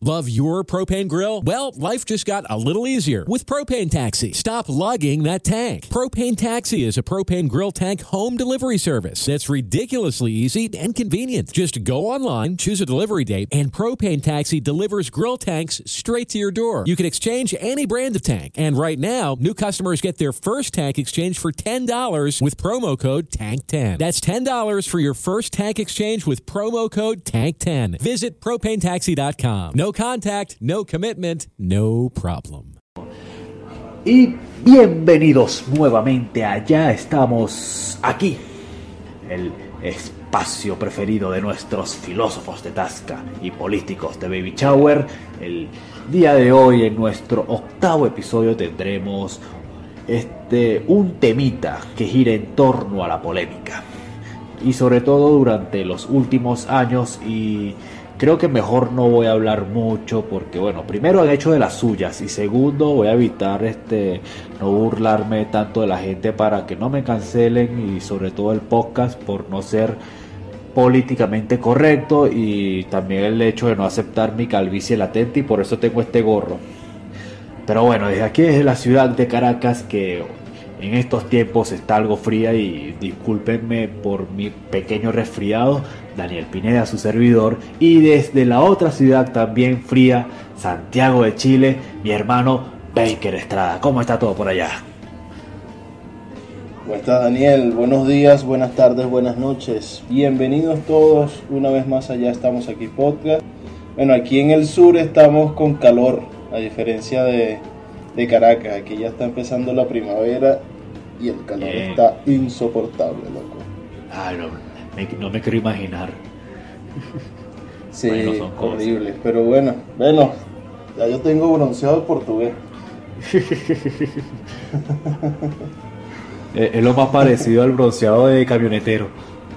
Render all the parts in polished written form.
Love your propane grill? Well, life just got a little easier with Propane Taxi. Stop lugging that tank. Propane Taxi is a propane grill tank home delivery service that's ridiculously easy and convenient. Just go online, choose a delivery date, and Propane Taxi delivers grill tanks straight to your door. You can exchange any brand of tank. And right now, new customers get their first tank exchange for $10 with promo code TANK10. That's $10 for your first tank exchange with promo code TANK10. Visit propanetaxi.com. No contact, no commitment, no problem. Y bienvenidos nuevamente a Ya Estamos Aquí, el espacio preferido de nuestros filósofos de Tasca y políticos de Baby Shower. El día de hoy, en nuestro 8º episodio, tendremos un temita que gira en torno a la polémica, y sobre todo durante los últimos años. Y creo que mejor no voy a hablar mucho porque, bueno, primero han hecho de las suyas, y segundo voy a evitar no burlarme tanto de la gente para que no me cancelen, y sobre todo el podcast por no ser políticamente correcto, y también el hecho de no aceptar mi calvicie latente, y por eso tengo este gorro. Pero bueno, desde aquí, desde la ciudad de Caracas, que en estos tiempos está algo fría, y discúlpenme por mi pequeño resfriado, Daniel Pineda, su servidor, y desde la otra ciudad también fría, Santiago de Chile, mi hermano Baker Estrada. ¿Cómo está todo por allá? ¿Cómo estás, Daniel? Buenos días, buenas tardes, buenas noches. Bienvenidos todos una vez más a Ya Estamos Aquí podcast. Bueno, aquí en el sur estamos con calor, a diferencia de Caracas. Aquí ya está empezando la primavera y el calor está insoportable, loco. No me quiero imaginar. Sí, bueno, horrible. Pero bueno, ya yo tengo bronceado portugués. Es lo más parecido al bronceado de camionetero.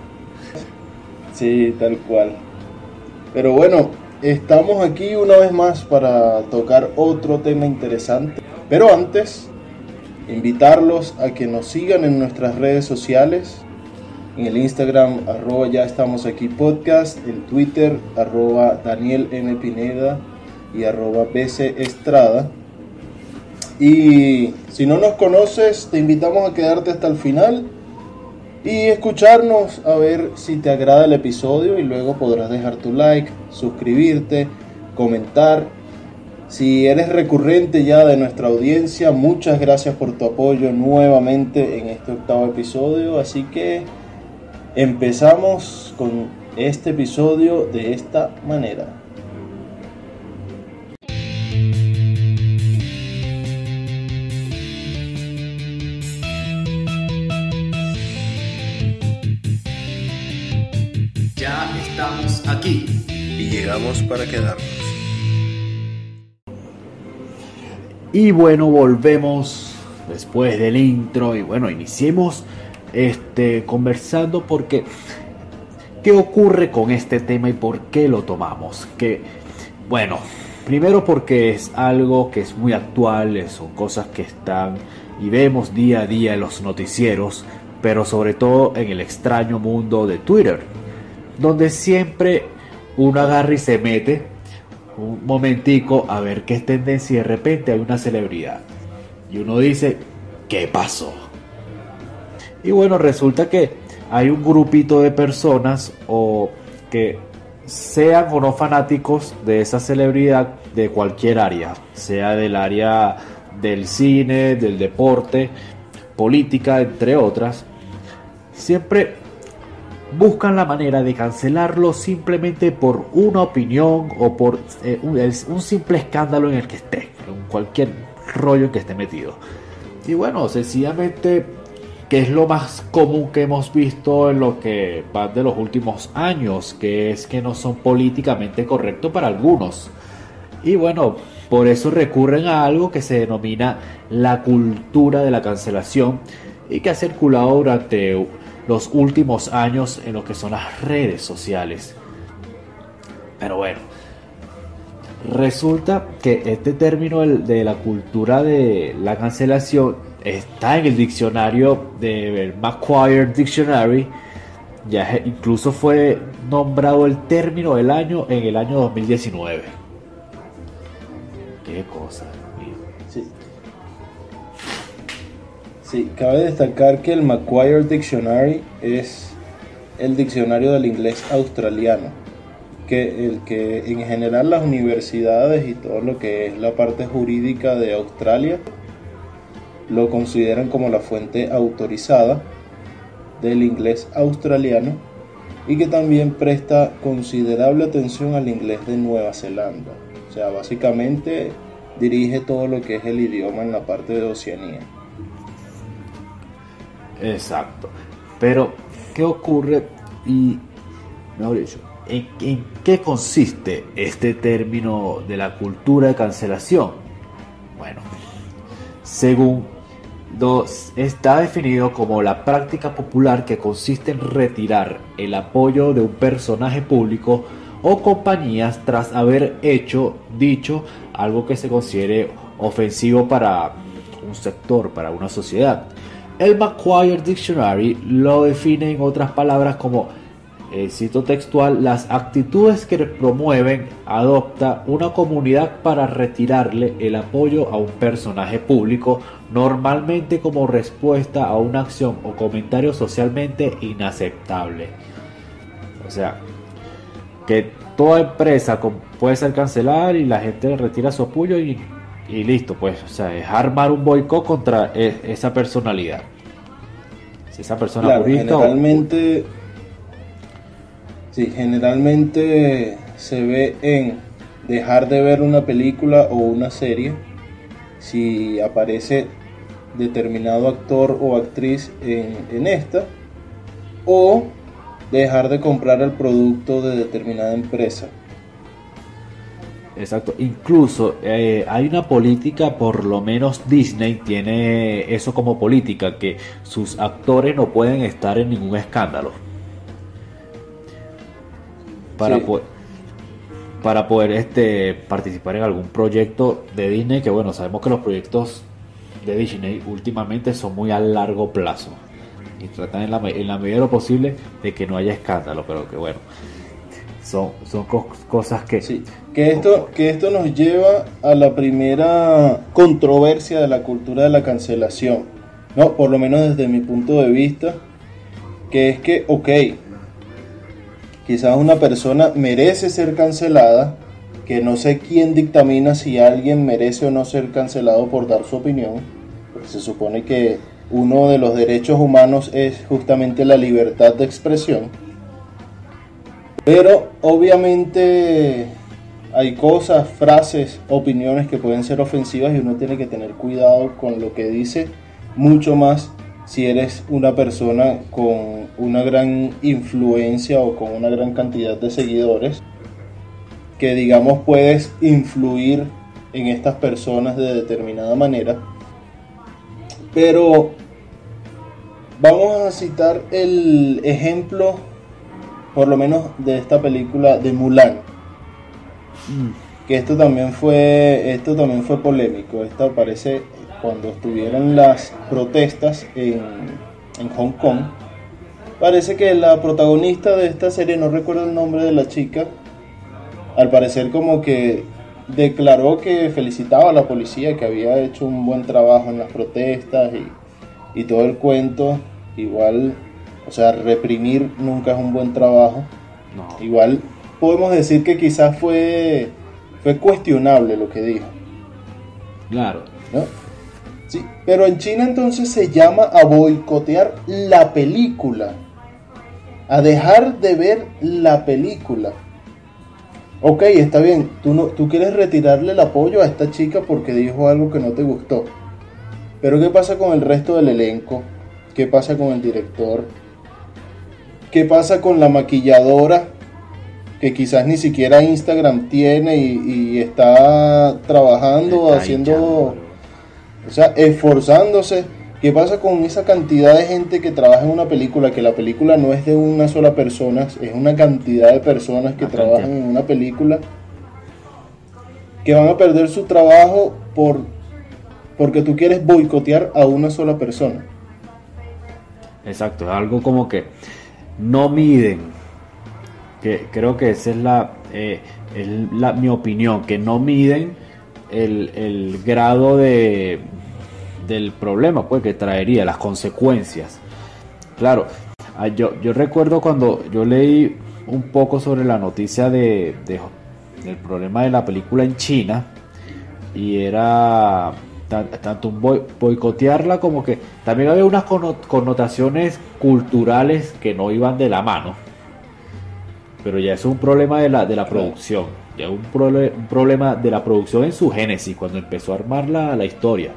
Sí, tal cual. Pero bueno, estamos aquí una vez más para tocar otro tema interesante. Pero antes, invitarlos a que nos sigan en nuestras redes sociales. En el Instagram, @ya estamos aquí podcast. En Twitter, @Daniel M. Pineda y @BC Estrada. Y si no nos conoces, te invitamos a quedarte hasta el final y escucharnos, a ver si te agrada el episodio, y luego podrás dejar tu like, suscribirte, comentar. Si eres recurrente ya de nuestra audiencia, muchas gracias por tu apoyo nuevamente en este 8º episodio. Así que empezamos con este episodio de esta manera. Ya estamos aquí Y llegamos para quedarnos. Y bueno, volvemos después del intro, y bueno, iniciemos conversando porque ¿qué ocurre con este tema y por qué lo tomamos? Que bueno, primero porque es algo que es muy actual, son cosas que están y vemos día a día en los noticieros, pero sobre todo en el extraño mundo de Twitter, donde siempre uno agarra y se mete un momentico a ver qué es tendencia, y de repente hay una celebridad y uno dice, ¿qué pasó? Y bueno, resulta que hay un grupito de personas, o que sean o no fanáticos de esa celebridad, de cualquier área, sea del área del cine, del deporte, política, entre otras, siempre buscan la manera de cancelarlo simplemente por una opinión o por un simple escándalo en el que esté, en cualquier rollo en que esté metido. Y bueno, sencillamente, que es lo más común que hemos visto en lo que va de los últimos años, que es que no son políticamente correctos para algunos. Y bueno, por eso recurren a algo que se denomina la cultura de la cancelación, y que ha circulado durante los últimos años en lo que son las redes sociales. Pero bueno, resulta que este término de la cultura de la cancelación está en el diccionario del Macquarie Dictionary. Ya incluso fue nombrado el término del año en el año 2019. Qué cosa, Dios mío. Sí. Sí, cabe destacar que el Macquarie Dictionary es el diccionario del inglés australiano, el que en general las universidades y todo lo que es la parte jurídica de Australia lo consideran como la fuente autorizada del inglés australiano, y que también presta considerable atención al inglés de Nueva Zelanda. O sea, básicamente dirige todo lo que es el idioma en la parte de Oceanía. Exacto. Pero, ¿qué ocurre? Y, mejor dicho, ¿en qué consiste este término de la cultura de cancelación? Bueno, según está definido como la práctica popular que consiste en retirar el apoyo de un personaje público o compañías tras haber dicho algo que se considere ofensivo para un sector, para una sociedad. El Macquarie Dictionary lo define en otras palabras como, cito textual, las actitudes que adopta una comunidad para retirarle el apoyo a un personaje público, normalmente como respuesta a una acción o comentario socialmente inaceptable. O sea, que toda empresa puede ser cancelada y la gente retira su apoyo y listo, pues, o sea, es armar un boicot contra esa personalidad. Si esa persona, claro, generalmente se ve en dejar de ver una película o una serie si aparece determinado actor o actriz en esta, o dejar de comprar el producto de determinada empresa. Exacto, incluso hay una política, por lo menos Disney tiene eso como política, que sus actores no pueden estar en ningún escándalo para poder participar en algún proyecto de Disney, que bueno, sabemos que los proyectos de Disney últimamente son muy a largo plazo y tratan en la medida de lo posible de que no haya escándalo, pero que bueno, son cosas que... Sí, que esto nos lleva a la primera controversia de la cultura de la cancelación, ¿no? Por lo menos desde mi punto de vista, que es que, ok, quizás una persona merece ser cancelada, que no sé quién dictamina si alguien merece o no ser cancelado por dar su opinión, porque se supone que uno de los derechos humanos es justamente la libertad de expresión. Pero obviamente hay cosas, frases, opiniones que pueden ser ofensivas y uno tiene que tener cuidado con lo que dice, mucho más si eres una persona con una gran influencia o con una gran cantidad de seguidores, que digamos puedes influir en estas personas de determinada manera. Pero vamos a citar el ejemplo, por lo menos de esta película de Mulan, que esto también fue polémico. Esto aparece cuando estuvieron las protestas en Hong Kong. Parece que la protagonista de esta serie, no recuerdo el nombre de la chica, al parecer como que declaró que felicitaba a la policía, que había hecho un buen trabajo en las protestas y todo el cuento. Igual, o sea, reprimir nunca es un buen trabajo. No. Igual podemos decir que quizás fue cuestionable lo que dijo. Claro. ¿No? Sí, pero en China entonces se llama a boicotear la película, a dejar de ver la película. Ok, está bien, tú quieres retirarle el apoyo a esta chica porque dijo algo que no te gustó. Pero ¿qué pasa con el resto del elenco? ¿Qué pasa con el director? ¿Qué pasa con la maquilladora que quizás ni siquiera Instagram tiene y está trabajando, haciendo, o sea, esforzándose? ¿Qué pasa con esa cantidad de gente que trabaja en una película, que la película no es de una sola persona, es una cantidad de personas que trabajan en una película, que van a perder su trabajo porque tú quieres boicotear a una sola persona? Exacto, es algo como que no miden, que creo que esa es mi opinión, que no miden el grado del problema pues que traería, las consecuencias. Claro, yo recuerdo cuando yo leí un poco sobre la noticia del problema de la película en China, y era tanto un boicotearla como que también había unas connotaciones culturales que no iban de la mano, pero ya eso es un problema de la producción, ya es un problema de la producción en su génesis, cuando empezó a armar la historia.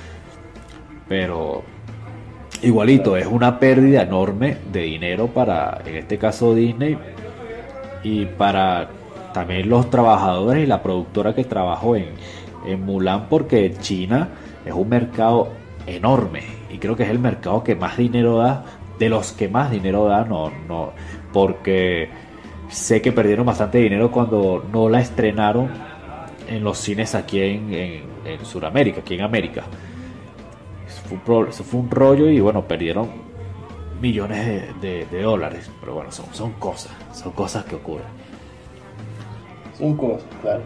Pero igualito, es una pérdida enorme de dinero para, en este caso, Disney, y para también los trabajadores y la productora que trabajó en Mulan, porque China es un mercado enorme y creo que es el mercado que más dinero da, de los que más dinero da, no, porque sé que perdieron bastante dinero cuando no la estrenaron en los cines aquí en Sudamérica, aquí en América. Eso fue un rollo y bueno, perdieron millones de dólares, pero bueno, son cosas que ocurren. Son cosas, claro.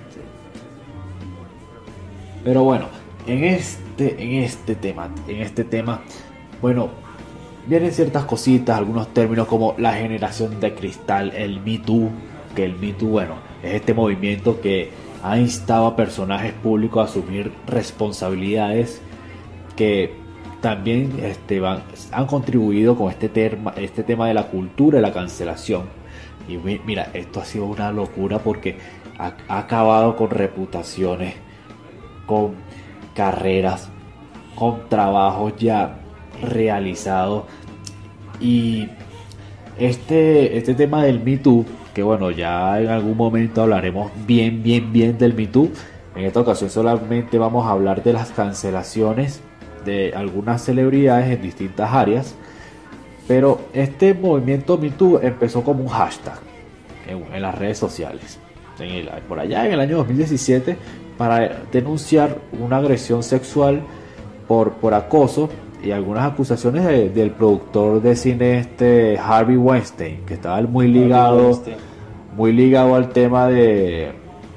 Pero bueno, en este tema, bueno, vienen ciertas cositas, algunos términos como la generación de cristal, el Me Too, que el Me Too, bueno, es este movimiento que ha instado a personajes públicos a asumir responsabilidades que también han contribuido con este tema de la cultura y la cancelación. Y mira, esto ha sido una locura porque ha acabado con reputaciones, con carreras, con trabajos ya realizados. Y este tema del Me Too, que bueno, ya en algún momento hablaremos bien del Me Too. En esta ocasión solamente vamos a hablar de las cancelaciones de algunas celebridades en distintas áreas. Pero este movimiento Me Too empezó como un hashtag en las redes sociales, por allá en el año 2017, para denunciar una agresión sexual por acoso y algunas acusaciones del productor de cine Harvey Weinstein, que estaba muy ligado al tema del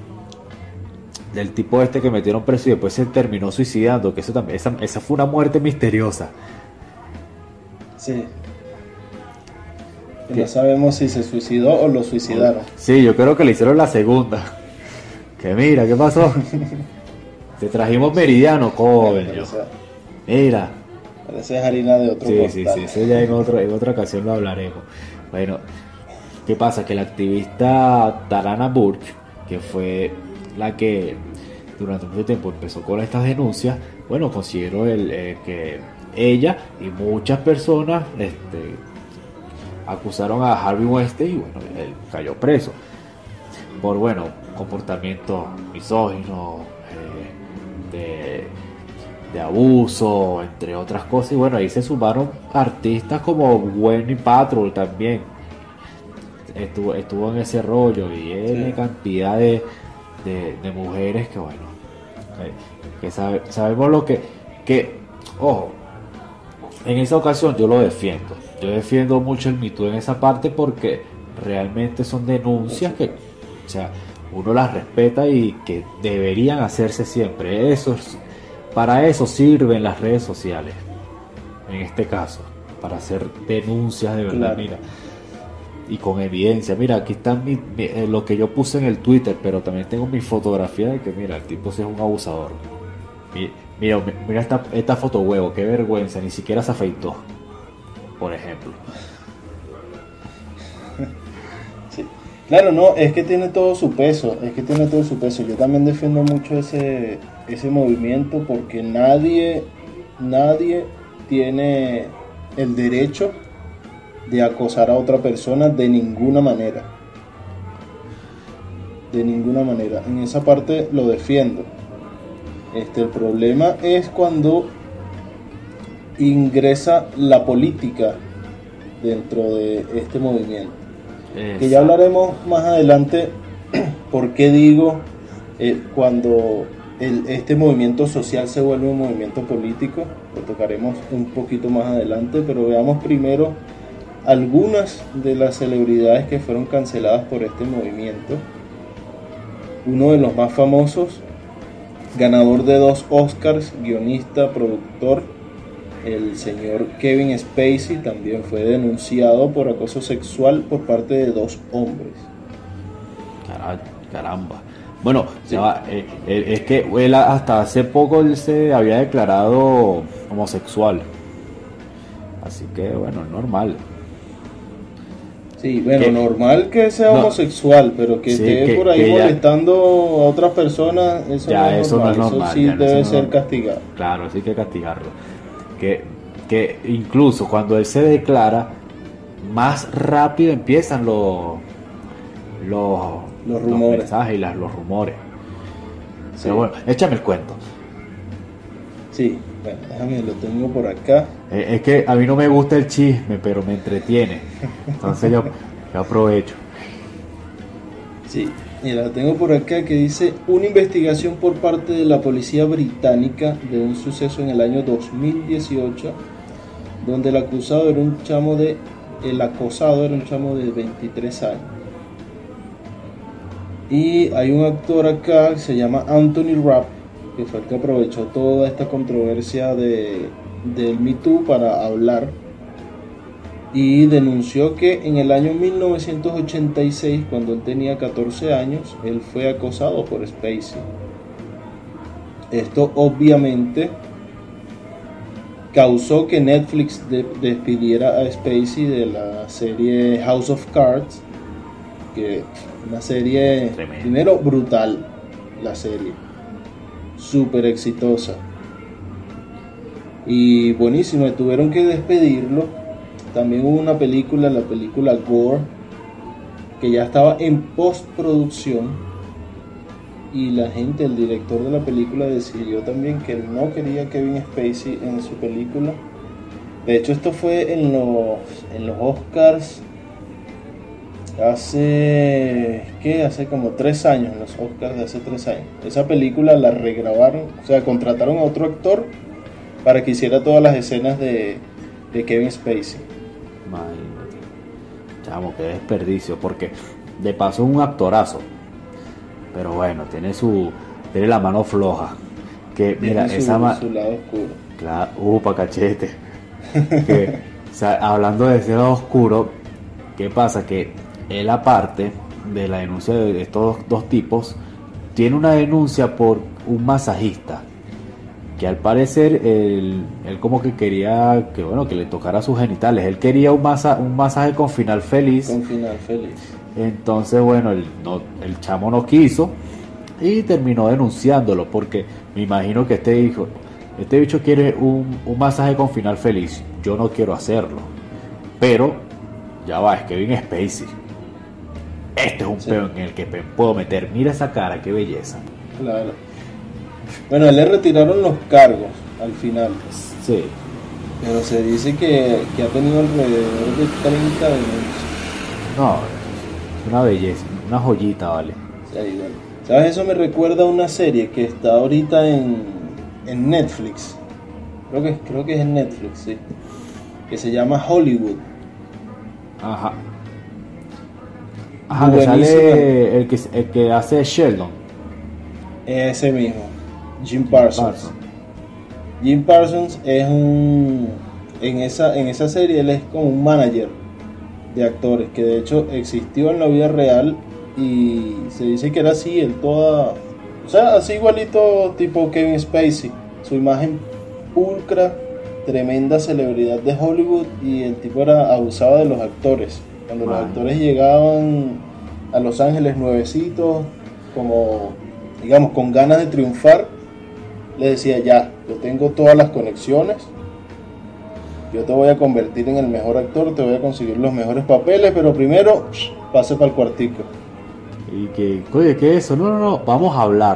tipo que metieron preso y después se terminó suicidando, que eso también, esa fue una muerte misteriosa. Sí. No sabemos si se suicidó o lo suicidaron. Sí, yo creo que le hicieron la segunda. Que mira, ¿qué pasó? Te trajimos meridiano, joven. Mira. Parece harina de otro costal. Sí, eso ya en otra ocasión lo hablaremos. Bueno, ¿qué pasa? Que la activista Tarana Burke, que fue la que durante mucho tiempo empezó con estas denuncias, bueno, considero que ella y muchas personas acusaron a Harvey Weinstein y bueno, él cayó preso por comportamiento misógino, de abuso, entre otras cosas. Y bueno, ahí se sumaron artistas como Gwyneth Paltrow también estuvo en ese rollo, y sí, cantidad de mujeres que bueno, que sabemos lo que ojo, en esa ocasión yo defiendo mucho el Me Too en esa parte, porque realmente son denuncias que, o sea, uno las respeta y que deberían hacerse siempre. Para eso sirven las redes sociales, en este caso, para hacer denuncias de verdad. Claro. Mira, y con evidencia. Mira, aquí está lo que yo puse en el Twitter, pero también tengo mi fotografía de que mira, el tipo sí es un abusador. Mira esta foto, huevo, qué vergüenza, ni siquiera se afeitó, por ejemplo. Sí. Claro, no, es que tiene todo su peso, Yo también defiendo mucho ese movimiento, porque nadie tiene el derecho de acosar a otra persona de ninguna manera. En esa parte lo defiendo. El problema es cuando ingresa la política dentro de este movimiento. Exacto. Que ya hablaremos más adelante por qué digo cuando este movimiento social se vuelve un movimiento político. Lo tocaremos un poquito más adelante, pero veamos primero algunas de las celebridades que fueron canceladas por este movimiento. Uno de los más famosos ganador de 2 Oscars, guionista, productor. El señor Kevin Spacey también fue denunciado por acoso sexual por parte de 2 hombres. Caramba. Bueno, sí. Es que él hasta hace poco él se había declarado homosexual. Así que bueno, es normal. Sí, bueno, normal que sea homosexual, pero que sí, esté por ahí molestando a otras personas, eso no es normal. Eso sí debe ser castigado. Claro, sí hay que castigarlo. Que incluso cuando él se declara, más rápido empiezan los rumores. Los mensajes y los rumores. Sí. Pero bueno, échame el cuento. Sí, bueno, déjame, lo tengo por acá. Es que a mí no me gusta el chisme, pero me entretiene. Entonces yo aprovecho. Sí, mira, lo tengo por acá que dice: una investigación por parte de la policía británica de un suceso en el año 2018, donde el acosado era un chamo de 23 años. Y hay un actor acá que se llama Anthony Rapp, que fue el que aprovechó toda esta controversia del Me Too para hablar, y denunció que en el año 1986, cuando él tenía 14 años, él fue acosado por Spacey. Esto obviamente causó que Netflix despidiera a Spacey de la serie House of Cards, que una serie primero brutal, la serie súper exitosa y buenísima, tuvieron que despedirlo. También hubo una película, la película Gore, que ya estaba en postproducción, y la gente, el director de la película decidió también que él no quería a Kevin Spacey en su película. De hecho, esto fue en los Oscars hace como 3 años, en los Oscars de hace 3 años. Esa película la regrabaron, o sea, contrataron a otro actor para que hiciera todas las escenas de Kevin Spacey. Imagínate, chamo, qué desperdicio, porque de paso es un actorazo, pero bueno, tiene la mano floja, que mira, su lado oscuro. Claro, pa' cachete. Que, o sea, hablando de ese lado oscuro, ¿qué pasa? Que él, aparte de la denuncia de estos 2 tipos, tiene una denuncia por un masajista, que al parecer él como que quería que le tocara sus genitales. Él quería un masaje con final feliz. Entonces, bueno, el chamo no quiso y terminó denunciándolo, porque me imagino que este bicho quiere un masaje con final feliz. Yo no quiero hacerlo, pero ya va, es Kevin Spacey. Este es un peo en el que puedo meter. Mira esa cara, qué belleza. Claro. Bueno, a él le retiraron los cargos al final. Sí. Pero se dice que ha tenido alrededor de 30 denuncias. No, es una belleza, una joyita, vale. Sí, bueno. ¿Sabes? Eso me recuerda a una serie que está ahorita en Netflix. Creo que es en Netflix, sí. Que se llama Hollywood. Ajá, que sale el que hace Sheldon. Ese mismo, Jim Parsons. Jim Parsons es en esa serie él es como un manager de actores, que de hecho existió en la vida real, y se dice que era así, o sea, así igualito tipo Kevin Spacey, su imagen pulcra, tremenda celebridad de Hollywood, y el tipo abusaba de los actores. Cuando los actores llegaban a Los Ángeles nuevecitos, como digamos con ganas de triunfar, le decía: ya, yo tengo todas las conexiones, yo te voy a convertir en el mejor actor, te voy a conseguir los mejores papeles, pero primero pase para el cuartico. Y oye, ¿qué es eso? No, vamos a hablar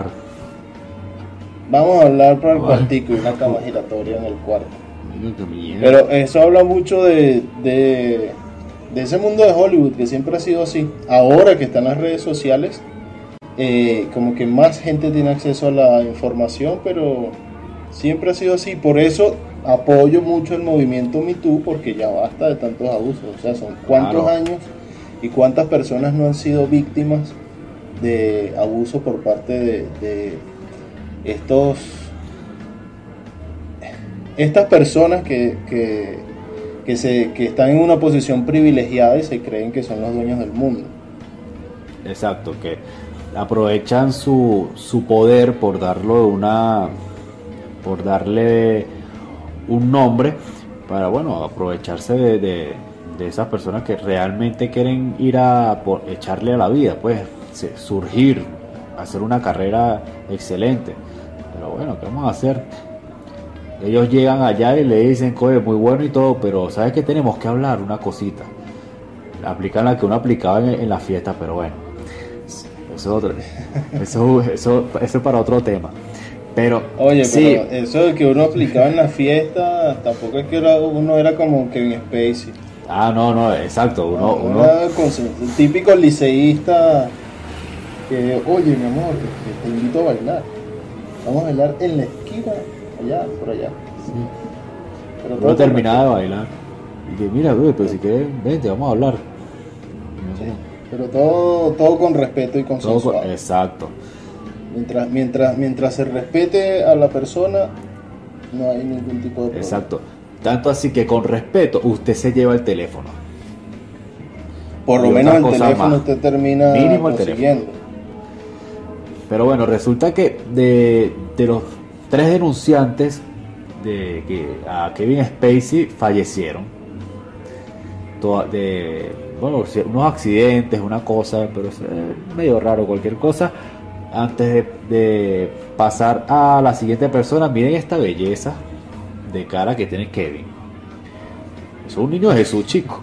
para el cuartico, y una cama giratoria en el cuarto. Pero eso habla mucho de ese mundo de Hollywood, que siempre ha sido así. Ahora que están las redes sociales, como que más gente tiene acceso a la información, pero siempre ha sido así. Por eso apoyo mucho el movimiento Me Too, porque ya basta de tantos abusos. O sea, son cuántos años y cuántas personas no han sido víctimas de abuso por parte de estas personas que están en una posición privilegiada y se creen que son los dueños del mundo. Exacto, que aprovechan su poder por darle un nombre para, bueno, aprovecharse de esas personas que realmente quieren ir echarle a la vida, pues surgir, hacer una carrera excelente. Pero bueno, ¿qué vamos a hacer? Ellos llegan allá y le dicen, oye, muy bueno y todo, pero ¿sabes qué? Tenemos que hablar una cosita. Aplican la que uno aplicaba en la fiesta, pero bueno, eso es para otro tema. Pero oye, sí, pero eso de que uno aplicaba en la fiesta, tampoco es que uno era como Kevin Spacey. No, exacto. Uno era el típico liceísta que, oye, mi amor, te invito a bailar. Vamos a bailar en la esquina, allá, por allá. Sí. Pero uno terminaba de bailar. Y que, mira, güey, pero si quieres, vente, vamos a hablar. Sí, pero todo con respeto y consensuado. Exacto. Mientras se respete a la persona, no hay ningún tipo de problema. Exacto. Tanto así que con respeto usted se lleva el teléfono. Por lo menos el teléfono más. Usted termina mínimo consiguiendo. Pero bueno, resulta que de los 3 denunciantes a Kevin Spacey fallecieron. Unos accidentes, una cosa, pero es medio raro cualquier cosa. Antes de pasar a la siguiente persona, miren esta belleza de cara que tiene Kevin. Es un niño de Jesús, chico.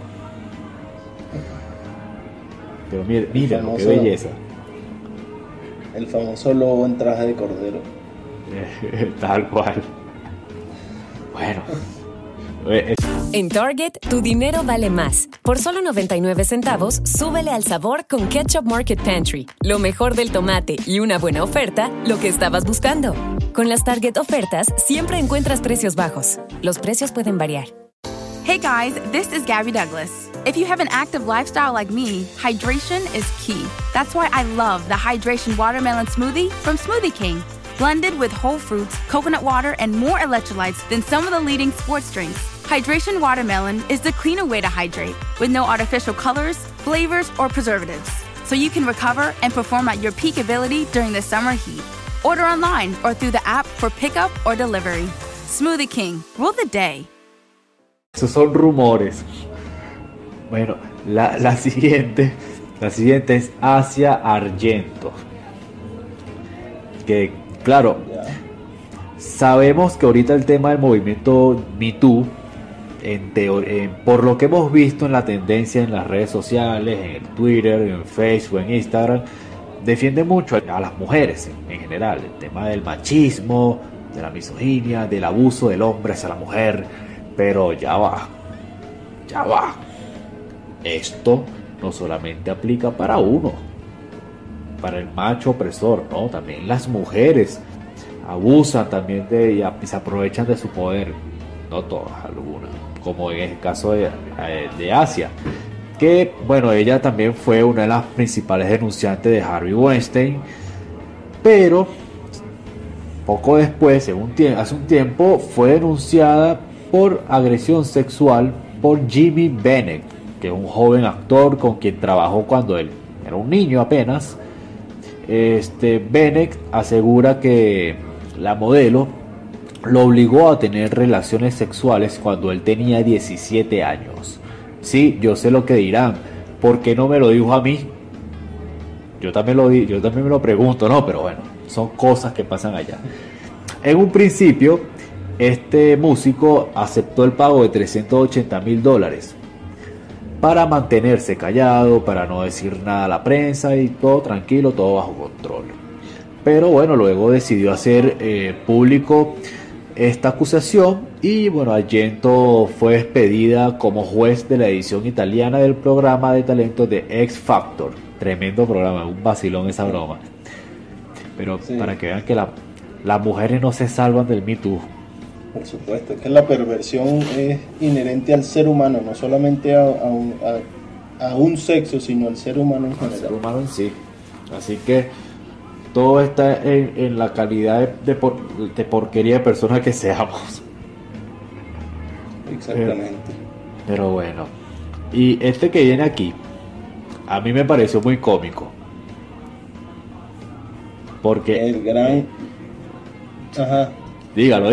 Pero mira qué belleza. El famoso lobo en traje de cordero. Tal cual. Bueno. En Target, tu dinero vale más. Por solo 99 centavos, súbele al sabor con Ketchup Market Pantry. Lo mejor del tomate y una buena oferta, lo que estabas buscando. Con las Target ofertas, siempre encuentras precios bajos. Los precios pueden variar. Hey guys, this is Gabby Douglas. If you have an active lifestyle like me, hydration is key. That's why I love the Hydration Watermelon Smoothie from Smoothie King. Blended with whole fruits, coconut water, and more electrolytes than some of the leading sports drinks. Hydration Watermelon is the cleaner way to hydrate, with no artificial colors, flavors, or preservatives. So you can recover and perform at your peak ability during the summer heat. Order online or through the app for pickup or delivery. Smoothie King, rule the day. Esos son rumores. Bueno, la siguiente es Asia Argento. Que, claro, sabemos que ahorita el tema del movimiento Me Too, por lo que hemos visto en la tendencia en las redes sociales, en el Twitter, en Facebook, en Instagram, defiende mucho a las mujeres en general. El tema del machismo, de la misoginia, del abuso del hombre hacia la mujer. Pero ya va. Esto no solamente aplica para uno, para el macho opresor, no, también las mujeres abusan también y se aprovechan de su poder, no todas, algunas, como en el caso de Asia, que bueno, ella también fue una de las principales denunciantes de Harvey Weinstein, pero poco después, hace un tiempo, fue denunciada por agresión sexual por Jimmy Bennett, que es un joven actor con quien trabajó cuando él era un niño apenas. Bennett asegura que la modelo lo obligó a tener relaciones sexuales cuando él tenía 17 años. Sí, yo sé lo que dirán, ¿por qué no me lo dijo a mí? Yo también me lo pregunto, no, pero bueno, son cosas que pasan allá. En un principio, este músico aceptó el pago de $380,000 para mantenerse callado, para no decir nada a la prensa y todo tranquilo, todo bajo control. Pero bueno, luego decidió hacer público esta acusación y bueno, Argento fue despedida como juez de la edición italiana del programa de talentos de X Factor. Tremendo programa, un vacilón esa broma. Pero sí, para que vean que las mujeres no se salvan del Me Too. Por supuesto, es que la perversión es inherente al ser humano, no solamente a un sexo, sino al ser humano en general. Al ser humano en sí. Así que, todo está en la calidad de porquería de personas que seamos. Exactamente. Pero bueno. Y este que viene aquí, a mí me pareció muy cómico. Porque... El gran... Ajá. Dígalo.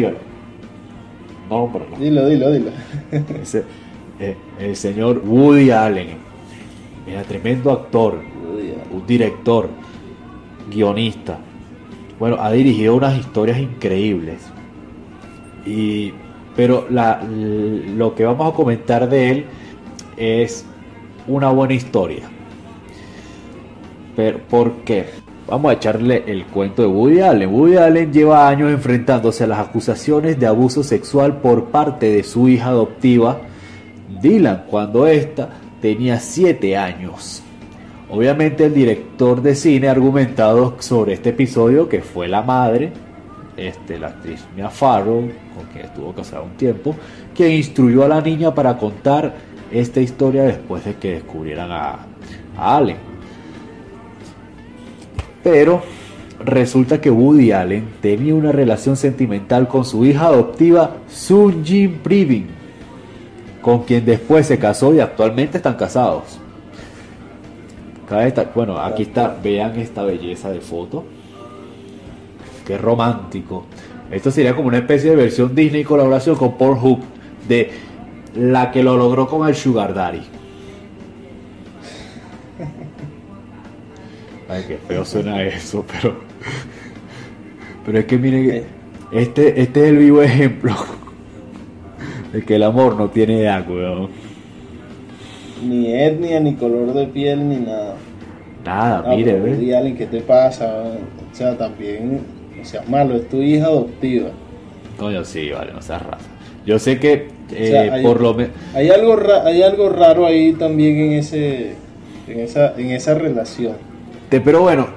No, pero no. Dilo. El señor Woody Allen. Era tremendo actor. Un director. Guionista. Bueno, ha dirigido unas historias increíbles. Pero lo que vamos a comentar de él es una buena historia. Pero, ¿por qué? Vamos a echarle el cuento de Woody Allen. Woody Allen lleva años enfrentándose a las acusaciones de abuso sexual por parte de su hija adoptiva, Dylan, cuando ésta tenía 7 años. Obviamente el director de cine ha argumentado sobre este episodio que fue la madre, la actriz Mia Farrow, con quien estuvo casada un tiempo, quien instruyó a la niña para contar esta historia después de que descubrieran a Allen. Pero resulta que Woody Allen tenía una relación sentimental con su hija adoptiva Sung-Jin Previn, con quien después se casó y actualmente están casados. Bueno, aquí está, vean esta belleza de foto. Qué romántico. Esto sería como una especie de versión Disney colaboración con Pornhub de la que lo logró con el Sugar Daddy. Ay, qué feo suena eso, pero es que miren, este es el vivo ejemplo de que el amor no tiene edad, weón. Ni etnia, ni color de piel, ni nada. Nada, mire, ve. Woody Allen, ¿qué te pasa? O sea, también, no seas malo, es tu hija adoptiva. Coño, sí, vale, no seas raza. Yo sé que por lo menos hay algo raro ahí también en esa relación. Pero bueno,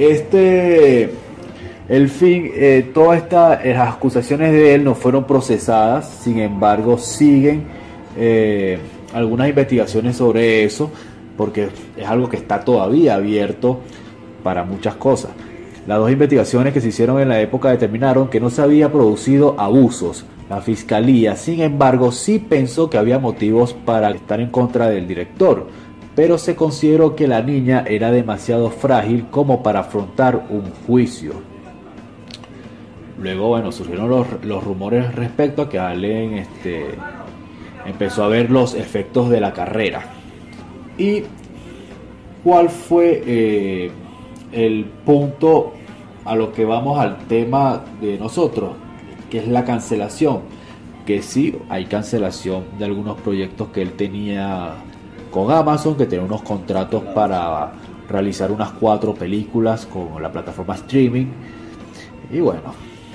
todas las acusaciones de él no fueron procesadas, sin embargo siguen algunas investigaciones sobre eso, porque es algo que está todavía abierto para muchas cosas. Las 2 investigaciones que se hicieron en la época determinaron que no se había producido abusos. La fiscalía, sin embargo, sí pensó que había motivos para estar en contra del director, pero se consideró que la niña era demasiado frágil como para afrontar un juicio. Luego, bueno, surgieron los rumores respecto a que Allen empezó a ver los efectos de la carrera. ¿Y cuál fue el punto a lo que vamos al tema de nosotros? Que es la cancelación. Que sí, hay cancelación de algunos proyectos que él tenía con Amazon, que tenía unos contratos para realizar unas 4 películas con la plataforma streaming. Y bueno,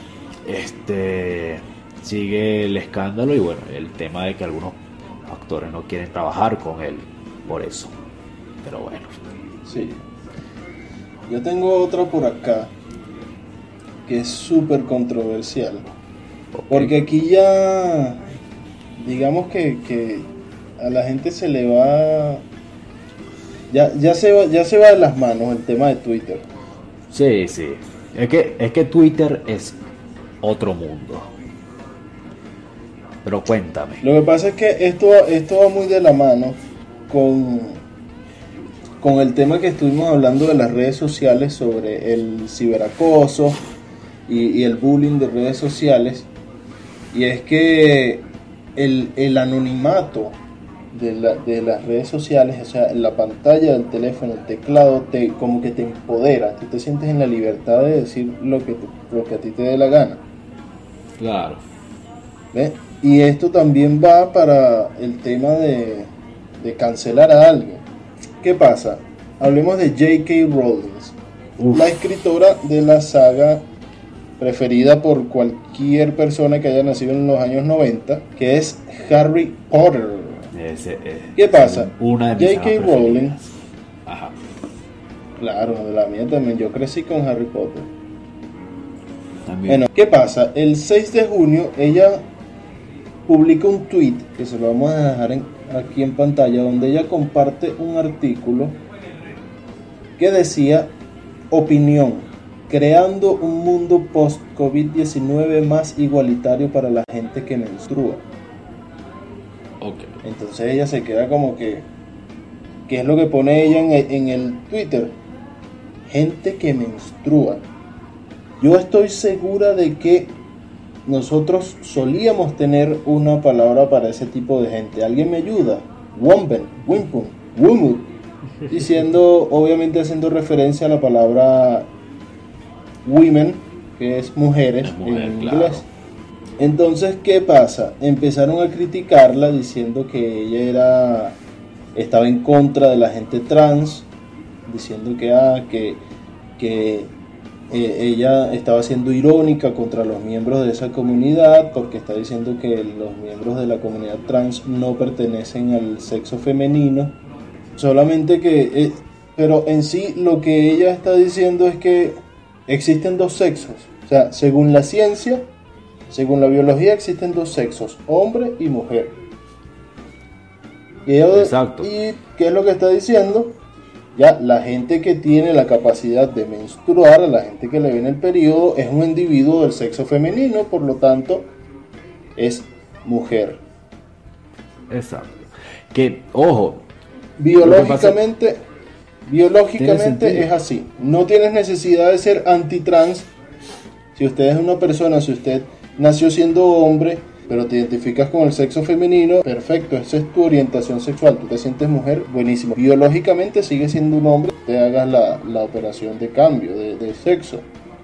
sigue el escándalo y bueno, el tema de que algunos actores no quieren trabajar con él por eso. Pero bueno. Sí. Yo tengo otra por acá que es súper controversial. Okay. Porque aquí ya, digamos que a la gente se le va, ya se va de las manos el tema de Twitter. Sí. Es que Twitter es otro mundo. Pero cuéntame. Lo que pasa es que esto va muy de la mano con el tema que estuvimos hablando de las redes sociales sobre el ciberacoso y el bullying de redes sociales. Y es que el anonimato de las redes sociales, o sea, en la pantalla del teléfono, el teclado, como que te empodera, tú te sientes en la libertad de decir lo que a ti te dé la gana. Claro. ¿Ves? Y esto también va para el tema de cancelar a alguien. ¿Qué pasa? Hablemos de J.K. Rowling, la escritora de la saga preferida por cualquier persona que haya nacido en los años 90, que es Harry Potter. ¿Qué pasa? J.K. Rowling. Ajá. Claro, de la mía también. Yo crecí con Harry Potter. También. Bueno, ¿qué pasa? El 6 de junio ella publica un tweet que se lo vamos a dejar aquí en pantalla, donde ella comparte un artículo que decía opinión. creando un mundo post-COVID-19 más igualitario para la gente que menstrua. Okay. Entonces ella se queda como que, ¿qué es lo que pone ella en el Twitter? Gente que menstrua. Yo estoy segura de que nosotros solíamos tener una palabra para ese tipo de gente. ¿Alguien me ayuda? Womben, Wimpun, Wumu. Diciendo, obviamente haciendo referencia a la palabra women, que es mujeres en inglés. Claro. Entonces, ¿qué pasa? Empezaron a criticarla diciendo que ella estaba en contra de la gente trans, diciendo que ella estaba siendo irónica contra los miembros de esa comunidad, porque está diciendo que los miembros de la comunidad trans no pertenecen al sexo femenino. Solamente que, pero en sí lo que ella está diciendo es que existen dos sexos. O sea, según la ciencia, según la biología, existen dos sexos, hombre y mujer. Exacto. ¿Y qué es lo que está diciendo? Ya, la gente que tiene la capacidad de menstruar, a la gente que le viene el periodo, es un individuo del sexo femenino, por lo tanto, es mujer. Exacto. Que, ojo, biológicamente es así. No tienes necesidad de ser antitrans. Si usted es una persona, si usted nació siendo hombre, pero te identificas con el sexo femenino, perfecto, esa es tu orientación sexual, tú te sientes mujer, buenísimo. Biológicamente sigues siendo un hombre, te hagas la operación de cambio de sexo.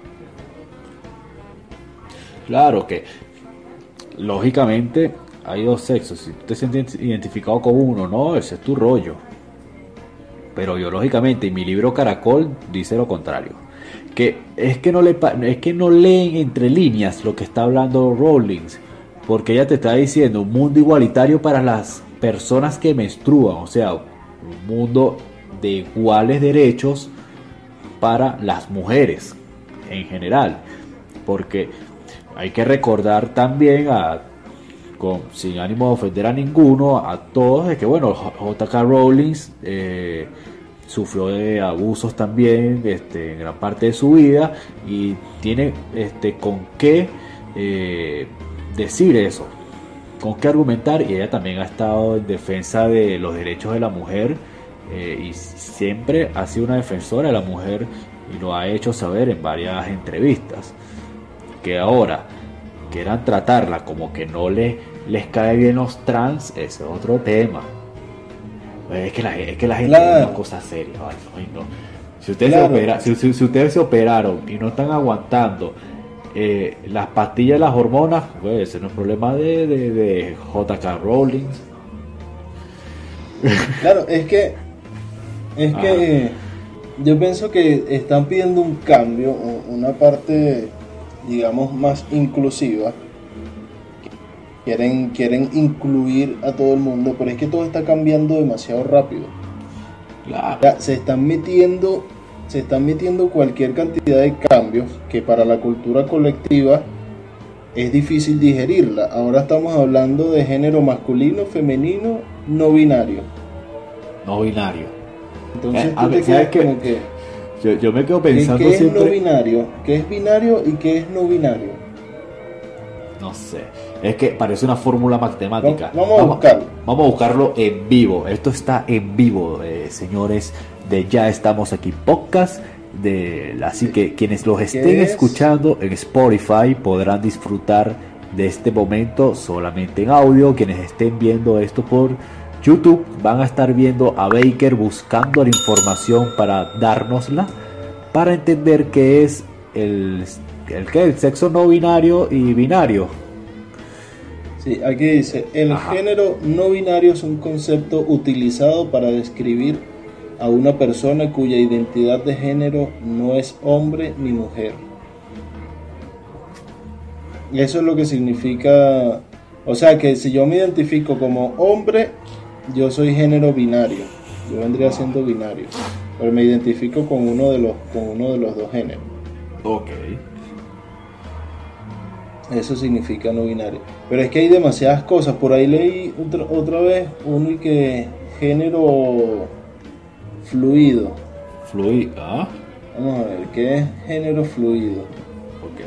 Claro que, lógicamente, hay dos sexos. Si tú te sientes identificado con uno, no, ese es tu rollo. Pero biológicamente, en mi libro Caracol dice lo contrario. Que es que no leen entre líneas lo que está hablando Rawlings, porque ella te está diciendo un mundo igualitario para las personas que menstruan, o sea, un mundo de iguales derechos para las mujeres en general, porque hay que recordar también, sin ánimo de ofender a ninguno, a todos, de que bueno, J.K. Rowling sufrió de abusos también en gran parte de su vida, y tiene con qué decir eso, con qué argumentar, y ella también ha estado en defensa de los derechos de la mujer, y siempre ha sido una defensora de la mujer, y lo ha hecho saber en varias entrevistas. Que ahora quieran tratarla como que no les cae bien los trans, ese es otro tema. Es que la gente claro. es una cosa seria. Ay, no. Si ustedes se operaron y no están aguantando las pastillas, las hormonas, pues ese no es problema de J.K. Rowling. Claro, es que yo pienso que están pidiendo un cambio, una parte, digamos, más inclusiva. Quieren incluir a todo el mundo, pero es que todo está cambiando demasiado rápido. Claro. Ya, se están metiendo cualquier cantidad de cambios que para la cultura colectiva es difícil digerirla. Ahora estamos hablando de género masculino, femenino, no binario. No binario. Entonces tú te quedas como que... Yo me quedo pensando ¿qué es siempre... no binario? ¿Qué es binario y qué es no binario? No sé. Es que parece una fórmula matemática. Vamos a buscarlo. Vamos a buscarlo en vivo. Esto está en vivo, señores, de Ya Estamos Aquí Podcast. Así que quienes los estén escuchando en Spotify podrán disfrutar de este momento solamente en audio. Quienes estén viendo esto por YouTube van a estar viendo a Baker buscando la información para dárnosla, para entender qué es el sexo no binario y binario. Sí, aquí dice, el género no binario es un concepto utilizado para describir a una persona cuya identidad de género no es hombre ni mujer. Eso es lo que significa, o sea que si yo me identifico como hombre, yo soy género binario, yo vendría siendo binario, pero me identifico con uno de los dos géneros. Ok. Eso significa no binario. Pero es que hay demasiadas cosas. Por ahí leí otra vez uno y que género fluido. Vamos a ver, ¿qué es género fluido? Ok.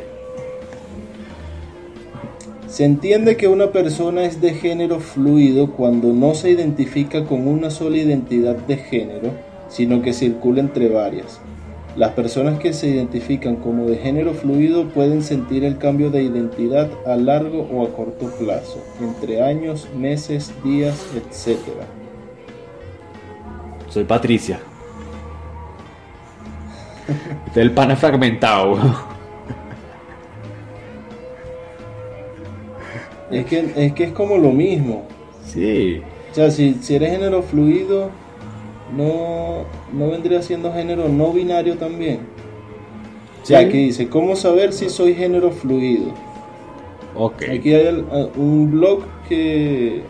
Se entiende que una persona es de género fluido cuando no se identifica con una sola identidad de género, sino que circula entre varias. Las personas que se identifican como de género fluido pueden sentir el cambio de identidad a largo o a corto plazo, entre años, meses, días, etc. Soy Patricia. Este es el pana fragmentado. Es que es como lo mismo. Sí. O sea, si eres género fluido, no vendría siendo género no binario también. O sea, Sí. aquí dice, ¿cómo saber si soy género fluido? Ok. Aquí hay un blog que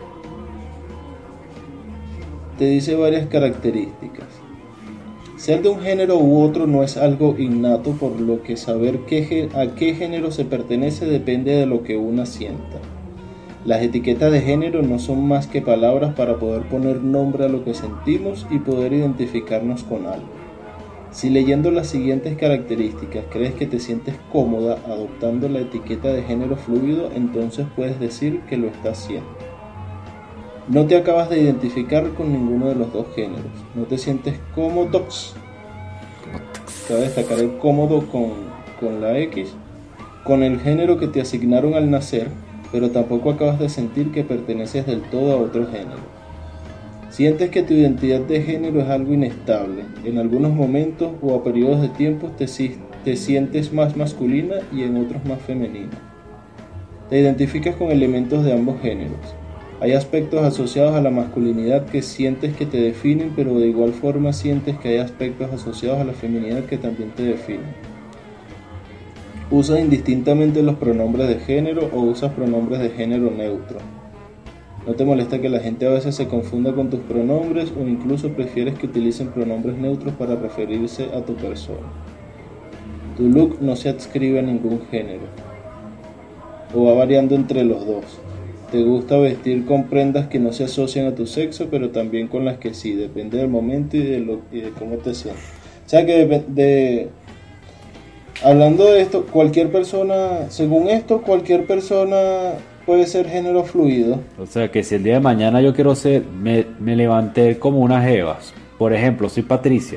te dice varias características. Ser de un género u otro no es algo innato, por lo que saber a qué género se pertenece depende de lo que una sienta. Las etiquetas de género no son más que palabras para poder poner nombre a lo que sentimos y poder identificarnos con algo. Si leyendo las siguientes características crees que te sientes cómoda adoptando la etiqueta de género fluido, entonces puedes decir que lo estás haciendo. No te acabas de identificar con ninguno de los dos géneros. No te sientes cómodo. Cabe destacar el cómodo con la X, con el género que te asignaron al nacer, pero tampoco acabas de sentir que perteneces del todo a otro género. Sientes que tu identidad de género es algo inestable. En algunos momentos o a periodos de tiempo te sientes más masculina y en otros más femenina. Te identificas con elementos de ambos géneros. Hay aspectos asociados a la masculinidad que sientes que te definen, pero de igual forma sientes que hay aspectos asociados a la feminidad que también te definen. Usas indistintamente los pronombres de género o usas pronombres de género neutro. No te molesta que la gente a veces se confunda con tus pronombres o incluso prefieres que utilicen pronombres neutros para referirse a tu persona. Tu look no se adscribe a ningún género o va variando entre los dos. Te gusta vestir con prendas que no se asocian a tu sexo, pero también con las que sí, depende del momento y de cómo te sientes. O sea que hablando de esto, cualquier persona, según esto, cualquier persona puede ser género fluido. O sea que si el día de mañana yo quiero ser, me levanté como unas jevas. Por ejemplo, soy Patricia.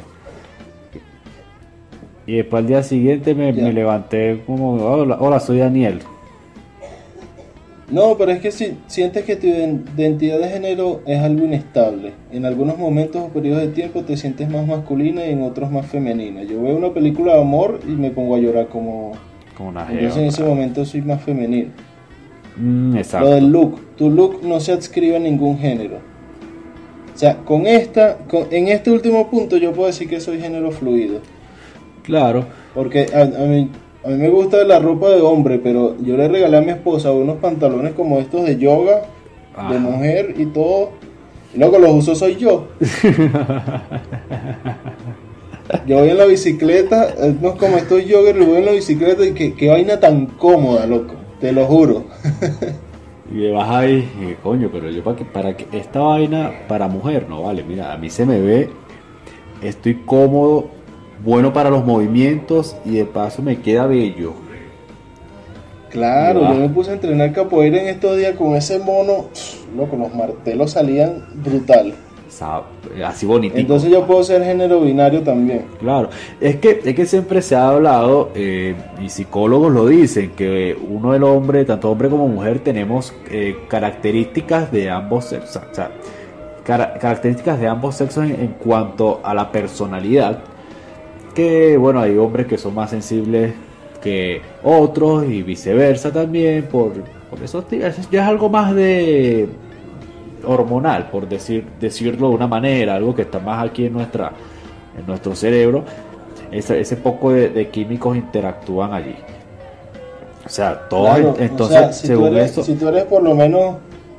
Y después al día siguiente me levanté como, hola, soy Daniel. No, pero es que si sientes que tu identidad de género es algo inestable. En algunos momentos o periodos de tiempo te sientes más masculina y en otros más femenina. Yo veo una película de amor y me pongo a llorar como una jeva. Entonces en ese momento soy más femenino. Exacto. Lo del look. Tu look no se adscribe a ningún género. O sea, en este último punto yo puedo decir que soy género fluido. Claro. Porque a mí me gusta la ropa de hombre, pero yo le regalé a mi esposa unos pantalones como estos de yoga, de mujer y todo. Y luego los uso soy yo. Yo voy en la bicicleta, no es como estos joggers, voy en la bicicleta y qué vaina tan cómoda, loco, te lo juro. Y le vas ahí, coño, pero yo para que esta vaina para mujer, no vale, mira, a mí se me ve, estoy cómodo, bueno para los movimientos y de paso me queda bello. Claro, yo me puse a entrenar capoeira en estos días con ese mono, loco, los martelos salían brutal. Así bonito. Entonces yo puedo ser género binario también. Claro, es que siempre se ha hablado, y psicólogos lo dicen, que uno del hombre, tanto hombre como mujer, tenemos características de ambos sexos, o sea, características de ambos sexos en cuanto a la personalidad, que bueno, hay hombres que son más sensibles que otros y viceversa también, por eso ya es algo más de hormonal, por decirlo de una manera, algo que está más aquí en nuestro cerebro. Ese poco de químicos interactúan allí, o sea, todo. Claro, entonces, o sea, según eso, si tú eres por lo menos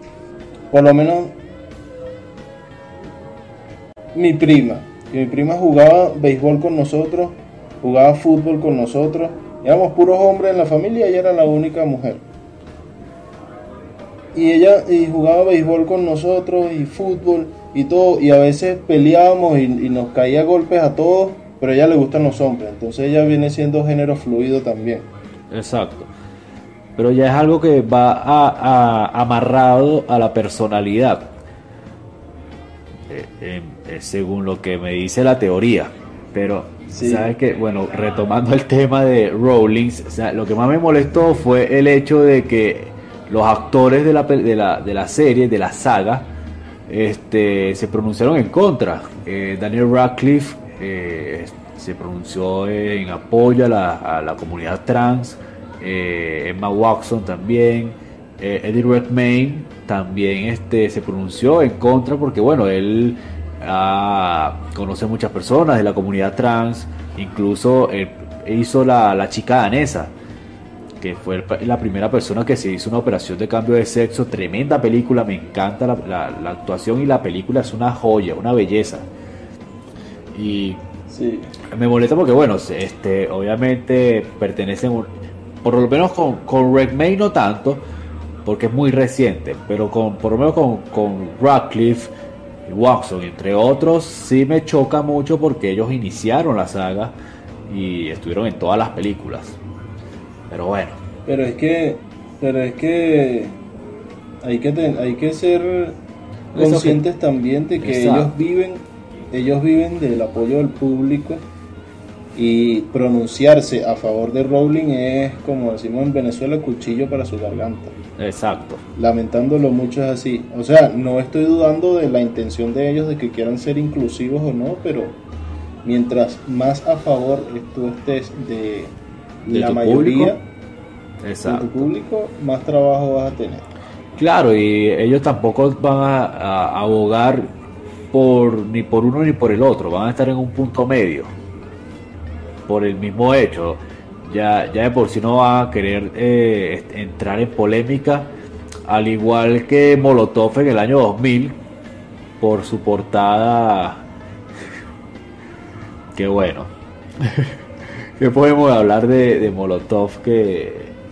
mi prima jugaba béisbol con nosotros, jugaba fútbol con nosotros, éramos puros hombres en la familia, ella era la única mujer. Y jugaba béisbol con nosotros y fútbol y todo, y a veces peleábamos y nos caía golpes a todos, pero a ella le gustan los hombres, entonces ella viene siendo género fluido también. Exacto. Pero ya es algo que va amarrado a la personalidad, según lo que me dice la teoría. Pero, sí, ¿sabes qué? Bueno, retomando el tema de Rowling, o sea, lo que más me molestó fue el hecho de que los actores de la serie, de la saga, se pronunciaron en contra. Daniel Radcliffe se pronunció en apoyo a la comunidad trans. Emma Watson también, Eddie Redmayne también se pronunció en contra, porque bueno, él conoce muchas personas de la comunidad trans, incluso hizo la chica danesa, que fue la primera persona que se hizo una operación de cambio de sexo. Tremenda película, me encanta la actuación, y la película es una joya, una belleza. Y sí, me molesta porque bueno, obviamente pertenecen, por lo menos con Redmayne no tanto, porque es muy reciente, pero por lo menos con Radcliffe y Watson, entre otros, sí me choca mucho, porque ellos iniciaron la saga y estuvieron en todas las películas. Pero bueno. Pero es que hay que ser conscientes también de que ellos viven del apoyo del público, y pronunciarse a favor de Rowling es, como decimos en Venezuela, cuchillo para su garganta. Exacto. Lamentándolo mucho es así. O sea, no estoy dudando de la intención de ellos de que quieran ser inclusivos o no, pero mientras más a favor tú estés de la mayoría de tu público, más trabajo vas a tener. Claro, y ellos tampoco van a abogar ni por uno ni por el otro, van a estar en un punto medio, por el mismo hecho. Ya de por sí no van a querer entrar en polémica, al igual que Molotov en el año 2000 por su portada. Qué bueno. ¿Qué podemos hablar de Molotov? Que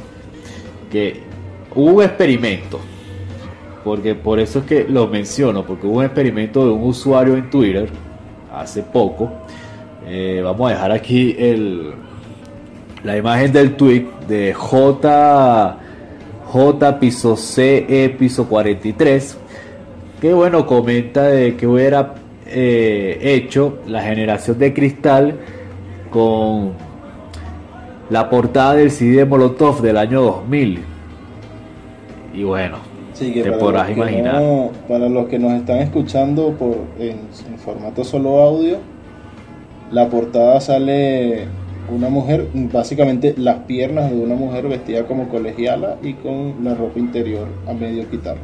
hubo un experimento, porque por eso es que lo menciono, porque hubo un experimento de un usuario en Twitter hace poco. Vamos a dejar aquí la imagen del tweet de J piso CE piso 43, que bueno, comenta de que hubiera hecho la generación de cristal con la portada del CD de Molotov del año 2000. Y bueno, sí, que te podrás imaginar. Para los que nos están escuchando en formato solo audio, la portada sale una mujer, básicamente las piernas de una mujer vestida como colegiala y con la ropa interior a medio quitar.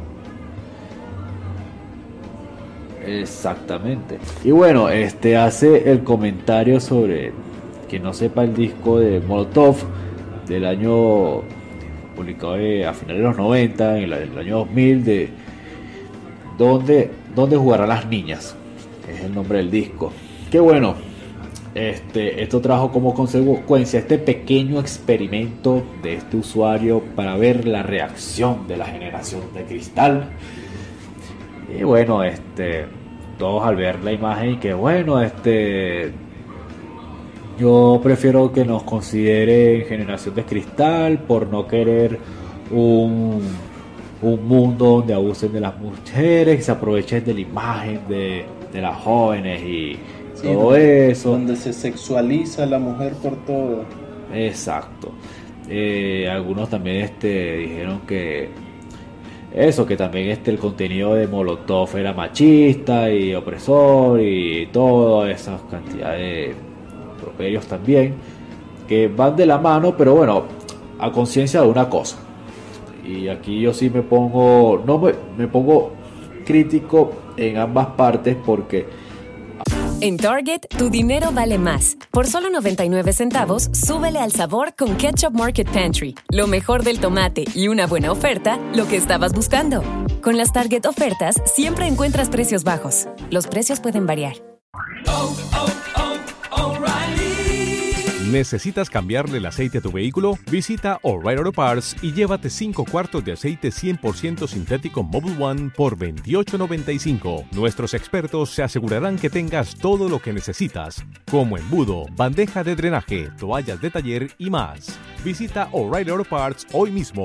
Exactamente. Y bueno, hace el comentario sobre que no sepa el disco de Molotov del año publicado a finales de los 90, en el año 2000, de ¿Dónde jugarán las niñas? Es el nombre del disco. Qué bueno. Esto trajo como consecuencia este pequeño experimento de este usuario para ver la reacción de la generación de cristal. Y bueno, todos al ver la imagen, y que bueno, yo prefiero que nos consideren generación de cristal por no querer un mundo donde abusen de las mujeres, que se aprovechen de la imagen de las jóvenes y todo eso, donde se sexualiza a la mujer por todo. Exacto. Algunos también dijeron que también el contenido de Molotov era machista y opresor y todas esas cantidades de improperios también, que van de la mano, pero bueno, a conciencia de una cosa. Y aquí yo sí me pongo crítico en ambas partes, porque en Target, tu dinero vale más. Por solo 99 centavos, súbele al sabor con Ketchup Market Pantry. Lo mejor del tomate y una buena oferta, lo que estabas buscando. Con las Target ofertas, siempre encuentras precios bajos. Los precios pueden variar. ¿Necesitas cambiarle el aceite a tu vehículo? Visita O'Reilly Auto Parts y llévate 5 cuartos de aceite 100% sintético Mobil One por $28.95. Nuestros expertos se asegurarán que tengas todo lo que necesitas, como embudo, bandeja de drenaje, toallas de taller y más. Visita O'Reilly Auto Parts hoy mismo.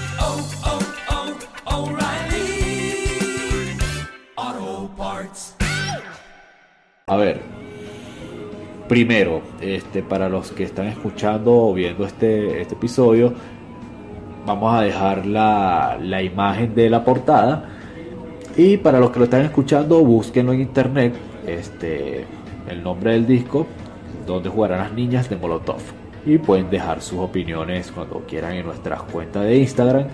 O'Reilly Auto Parts. A ver, primero, para los que están escuchando o viendo este episodio, vamos a dejar la imagen de la portada. Y para los que lo están escuchando, búsquenlo en internet, el nombre del disco, donde jugarán las niñas de Molotov. Y pueden dejar sus opiniones cuando quieran en nuestras cuentas de Instagram.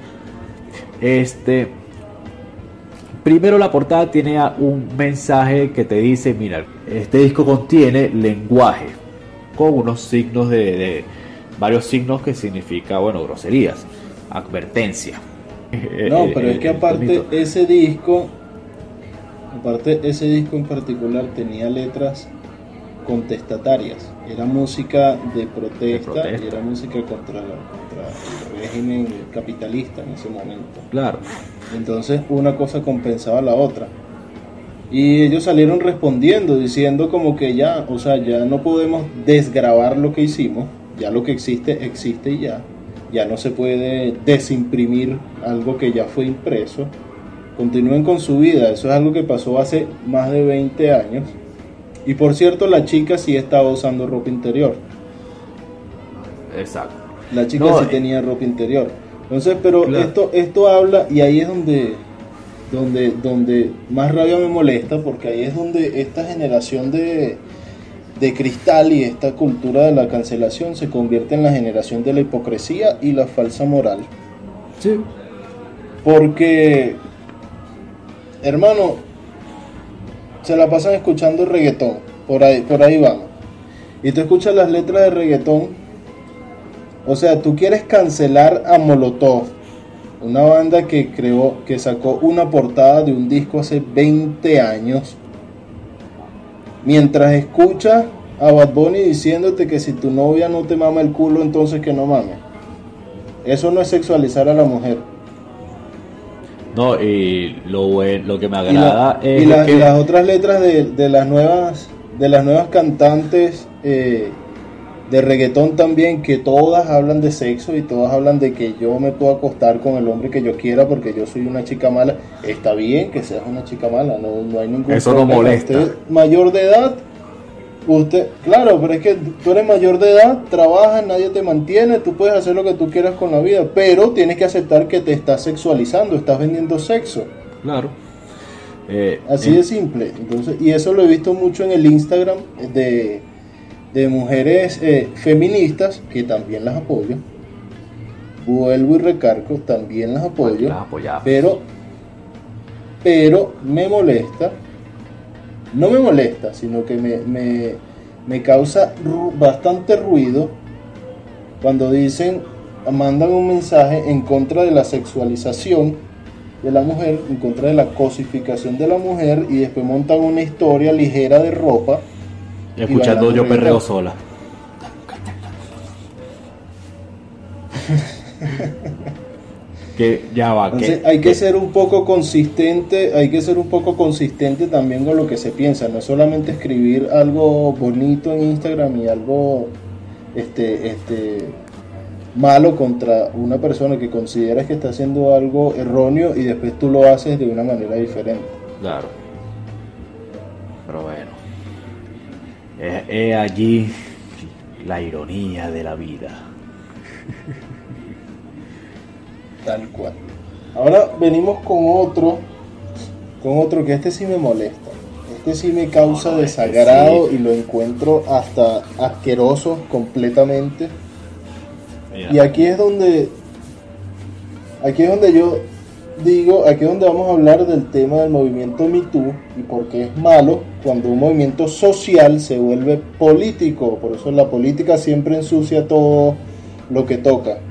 Primero, la portada tiene un mensaje que te dice: mira, este disco contiene lenguaje con unos signos de varios signos que significa, bueno, groserías, advertencia. No, pero es que aparte ese disco en particular tenía letras contestatarias. Era música de protesta. Y era música contra el régimen capitalista en ese momento. Claro. Entonces una cosa compensaba la otra. Y ellos salieron respondiendo, diciendo como que ya no podemos desgravar lo que hicimos, ya lo que existe y ya no se puede desimprimir algo que ya fue impreso. Continúen con su vida. Eso es algo que pasó hace más de 20 años. Y por cierto, la chica sí estaba usando ropa interior. Exacto. La chica sí tenía ropa interior. Entonces, pero claro, esto habla, y ahí es donde más rabia me molesta, porque ahí es donde esta generación de cristal y esta cultura de la cancelación se convierte en la generación de la hipocresía y la falsa moral. Sí. Porque, hermano, se la pasan escuchando reggaetón, por ahí vamos. Y tú escuchas las letras de reggaetón. O sea, tú quieres cancelar a Molotov, una banda que sacó una portada de un disco hace 20 años, mientras escuchas a Bad Bunny diciéndote que si tu novia no te mama el culo, entonces que no mames. Eso no es sexualizar a la mujer. No, y lo que me agrada es que las otras letras de las nuevas cantantes de reggaetón también, que todas hablan de sexo y todas hablan de que yo me puedo acostar con el hombre que yo quiera porque yo soy una chica mala. Está bien que seas una chica mala, no hay ningún problema. Eso no molesta. Usted mayor de edad, claro, pero es que tú eres mayor de edad, trabajas, nadie te mantiene, tú puedes hacer lo que tú quieras con la vida, pero tienes que aceptar que te estás sexualizando, estás vendiendo sexo. Claro. Así de simple. Entonces, y eso lo he visto mucho en el Instagram de mujeres feministas, que también las apoyo. Vuelvo y recargo, también las apoyo. Pero me molesta. No me molesta, sino que me causa bastante ruido cuando mandan un mensaje en contra de la sexualización de la mujer, en contra de la cosificación de la mujer, y después montan una historia ligera de ropa. Escuchando Yo Perreo Sola. Que ya va. Entonces, hay que ser un poco consistente también con lo que se piensa. No es solamente escribir algo bonito en Instagram y algo malo contra una persona que consideras que está haciendo algo erróneo y después tú lo haces de una manera diferente. Claro. Pero bueno. Es allí la ironía de la vida. Tal cual. Ahora venimos con otro que este sí me molesta. Este sí me causa desagrado, sí. Y lo encuentro hasta asqueroso completamente. Mira. Y aquí es donde yo digo, aquí es donde vamos a hablar del tema del movimiento Me Too y por qué es malo cuando un movimiento social se vuelve político. Por eso la política siempre ensucia todo lo que toca.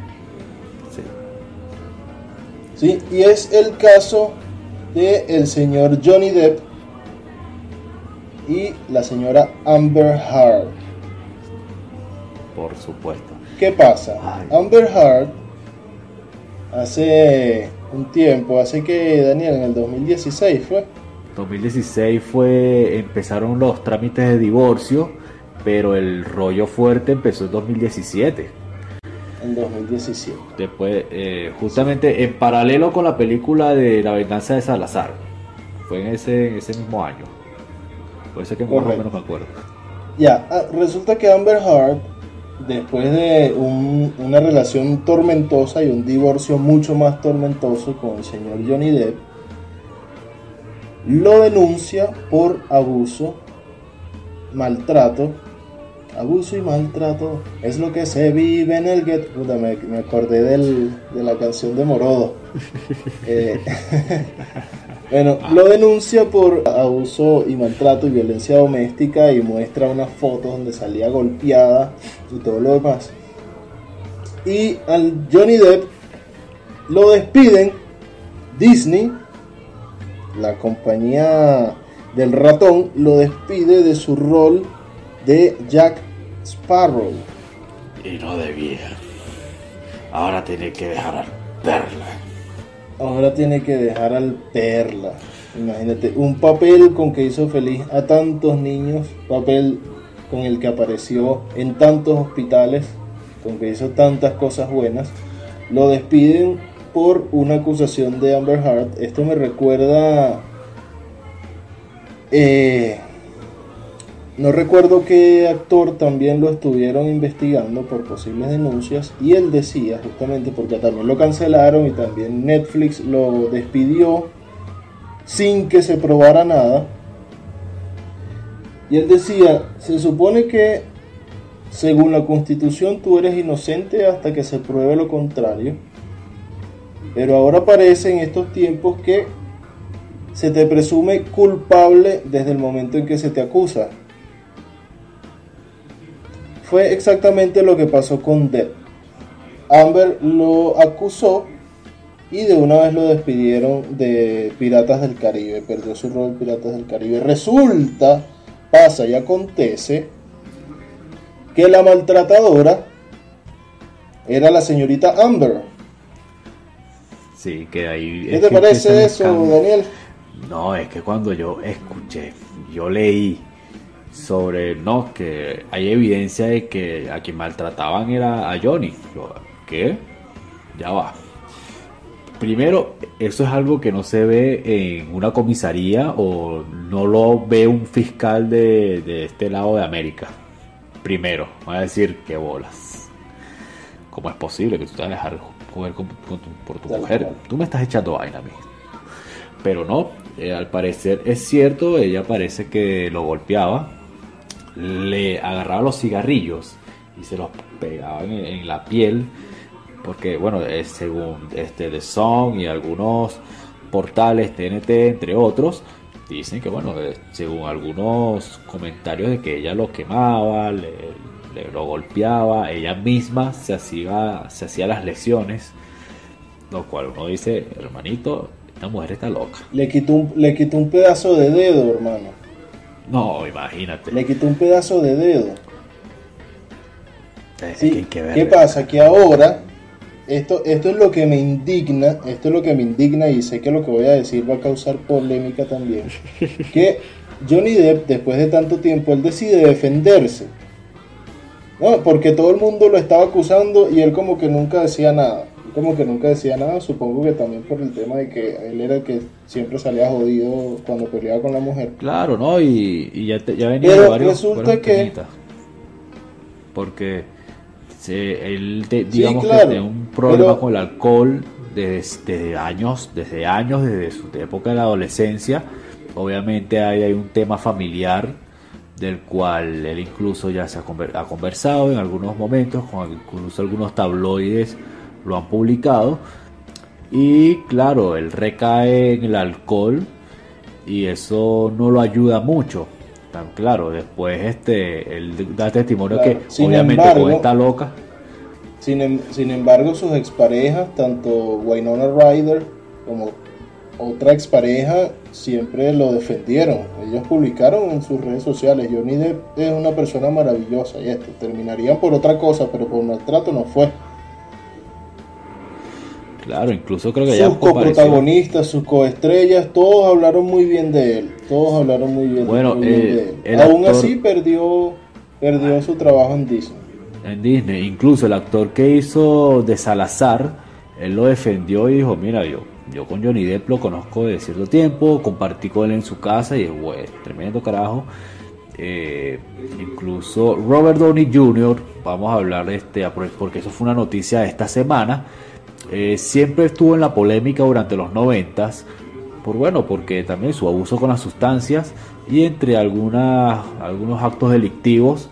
Sí, y es el caso del señor Johnny Depp y la señora Amber Heard. Por supuesto. ¿Qué pasa? Ay. Amber Heard hace un tiempo, hace que, Daniel, en el 2016 fue. 2016 empezaron los trámites de divorcio, pero el rollo fuerte empezó en 2017. En 2017. Después, justamente en paralelo con la película de La venganza de Salazar. Fue en ese mismo año. Por eso que más o menos me acuerdo. Ya, resulta que Amber Heard, después de una relación tormentosa y un divorcio mucho más tormentoso con el señor Johnny Depp, lo denuncia por abuso, maltrato. Abuso y maltrato es lo que se vive en el gueto. Puta, me acordé de la canción de Morodo. Bueno, lo denuncia por abuso y maltrato y violencia doméstica y muestra unas fotos donde salía golpeada y todo lo demás. Y al Johnny Depp lo despiden. Disney, la compañía del ratón, lo despide de su rol de Jack Sparrow. Y no debía. Ahora tiene que dejar al Perla. Ahora tiene que dejar al Perla. Imagínate, un papel con que hizo feliz a tantos niños, papel con el que apareció en tantos hospitales, con que hizo tantas cosas buenas. Lo despiden por una acusación de Amber Heard. Esto me recuerda... no recuerdo qué actor también lo estuvieron investigando por posibles denuncias y él decía, justamente porque también lo cancelaron y también Netflix lo despidió sin que se probara nada, y él decía, se supone que según la Constitución tú eres inocente hasta que se pruebe lo contrario, pero ahora parece en estos tiempos que se te presume culpable desde el momento en que se te acusa. Fue exactamente lo que pasó con Depp. Amber lo acusó y de una vez lo despidieron de Piratas del Caribe. Perdió su rol en Piratas del Caribe. Resulta, pasa y acontece que la maltratadora era la señorita Amber. Sí, que ahí... ¿Qué te parece eso, Daniel? No, es que cuando yo escuché, yo leí sobre, no, que hay evidencia de que a quien maltrataban era a Johnny. Yo, ¿qué? Ya va. Primero, eso es algo que no se ve en una comisaría o no lo ve un fiscal de este lado de América. Primero, van a decir, qué bolas. ¿Cómo es posible que tú te vas a dejar jugar por tu mujer? Tú me estás echando vaina a mí. Pero no, al parecer es cierto, ella parece que lo golpeaba, le agarraba los cigarrillos y se los pegaba en la piel, porque bueno, según The Sun y algunos portales TNT, entre otros, dicen que bueno, según algunos comentarios de que ella lo quemaba, lo golpeaba, ella misma se hacía las lesiones, lo cual uno dice, hermanito, esta mujer está loca. Le quitó un pedazo de dedo, hermano. No, imagínate. Le quitó un pedazo de dedo. Sí, que ¿qué pasa? Que ahora, esto es lo que me indigna, y sé que lo que voy a decir va a causar polémica también, que Johnny Depp, después de tanto tiempo, él decide defenderse. No, porque todo el mundo lo estaba acusando y él como que nunca decía nada. Supongo que también por el tema de que él era el que siempre salía jodido cuando peleaba con la mujer. Claro, ¿no? Y ya venía pero de varios, resulta que temitas. Porque él digamos sí, claro, que tiene un problema con el alcohol desde años, desde su época de la adolescencia. Obviamente hay un tema familiar del cual él incluso ya se ha conversado en algunos momentos, incluso algunos tabloides lo han publicado, y claro, él recae en el alcohol y eso no lo ayuda mucho. Tan claro, después él da testimonio, claro, que obviamente con esta loca. Sin embargo, sus exparejas, tanto Winona Ryder como otra expareja siempre lo defendieron. Ellos publicaron en sus redes sociales: Johnny Depp es una persona maravillosa y esto. Terminarían por otra cosa, pero por maltrato no fue. Claro, incluso creo que ya sus coprotagonistas, sus coestrellas, todos hablaron muy bien de él. Todos hablaron muy bien, bueno, muy bien de él. actor, Aún así perdió su trabajo en Disney. En Disney, incluso el actor que hizo de Salazar, él lo defendió y dijo: mira, yo con Johnny Depp lo conozco de cierto tiempo, compartí con él en su casa y es tremendo carajo. Incluso Robert Downey Jr., vamos a hablar porque eso fue una noticia de esta semana. Siempre estuvo en la polémica durante los 90s, porque también su abuso con las sustancias y entre algunos actos delictivos,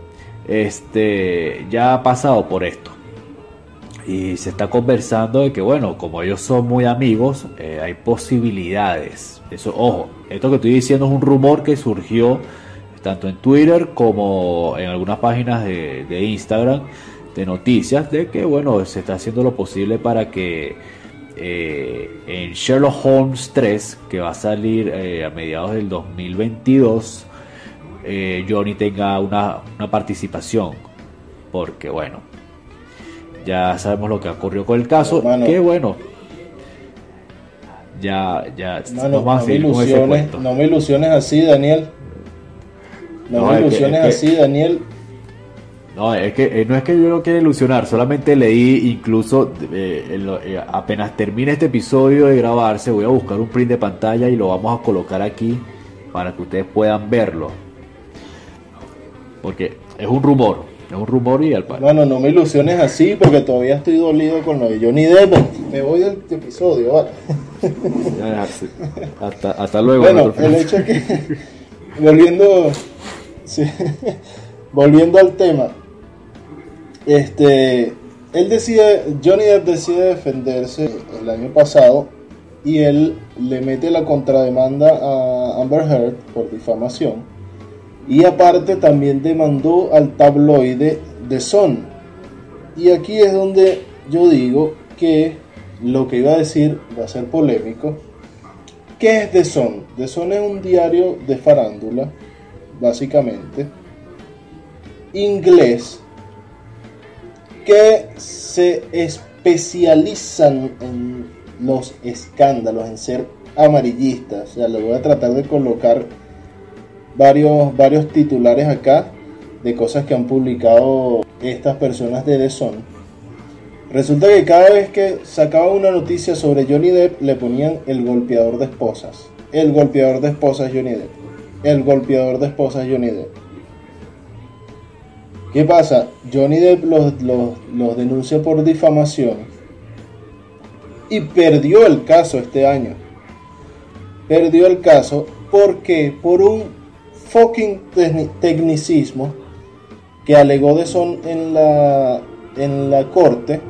ya ha pasado por esto. Y se está conversando de que, como ellos son muy amigos, hay posibilidades. Eso, ojo, esto que estoy diciendo es un rumor que surgió tanto en Twitter como en algunas páginas de Instagram, de noticias, de que se está haciendo lo posible para que en Sherlock Holmes 3, que va a salir a mediados del 2022, Johnny tenga una participación, porque ya sabemos lo que ocurrió con el caso, hermano, que ya hermano, vamos a seguir con ese cuento. No me ilusiones así, Daniel. No me ilusiones así, Daniel. No, es que no es que yo no quiera ilusionar, solamente leí, incluso apenas termine este episodio de grabarse, voy a buscar un print de pantalla y lo vamos a colocar aquí para que ustedes puedan verlo. Porque es un rumor y al par. Bueno, no me ilusiones así porque todavía estoy dolido con lo de Johnny Depp. Me voy del episodio, ¿vale? Hasta luego. Bueno, el hecho es que volviendo al tema, Johnny Depp decide defenderse el año pasado y él le mete la contrademanda a Amber Heard por difamación y aparte también demandó al tabloide The Sun. Y aquí es donde yo digo que lo que iba a decir va a ser polémico. ¿Qué es The Sun? The Sun es un diario de farándula, básicamente inglés, que se especializan en los escándalos, en ser amarillistas. O sea, le voy a tratar de colocar varios titulares acá de cosas que han publicado estas personas de The Sun. Resulta que cada vez que sacaban una noticia sobre Johnny Depp le ponían el golpeador de esposas. El golpeador de esposas Johnny Depp. El golpeador de esposas Johnny Depp. ¿Qué pasa? Johnny Depp los denuncia por difamación y perdió el caso este año. Perdió el caso porque por un fucking tecnicismo que alegó The Sun en la corte,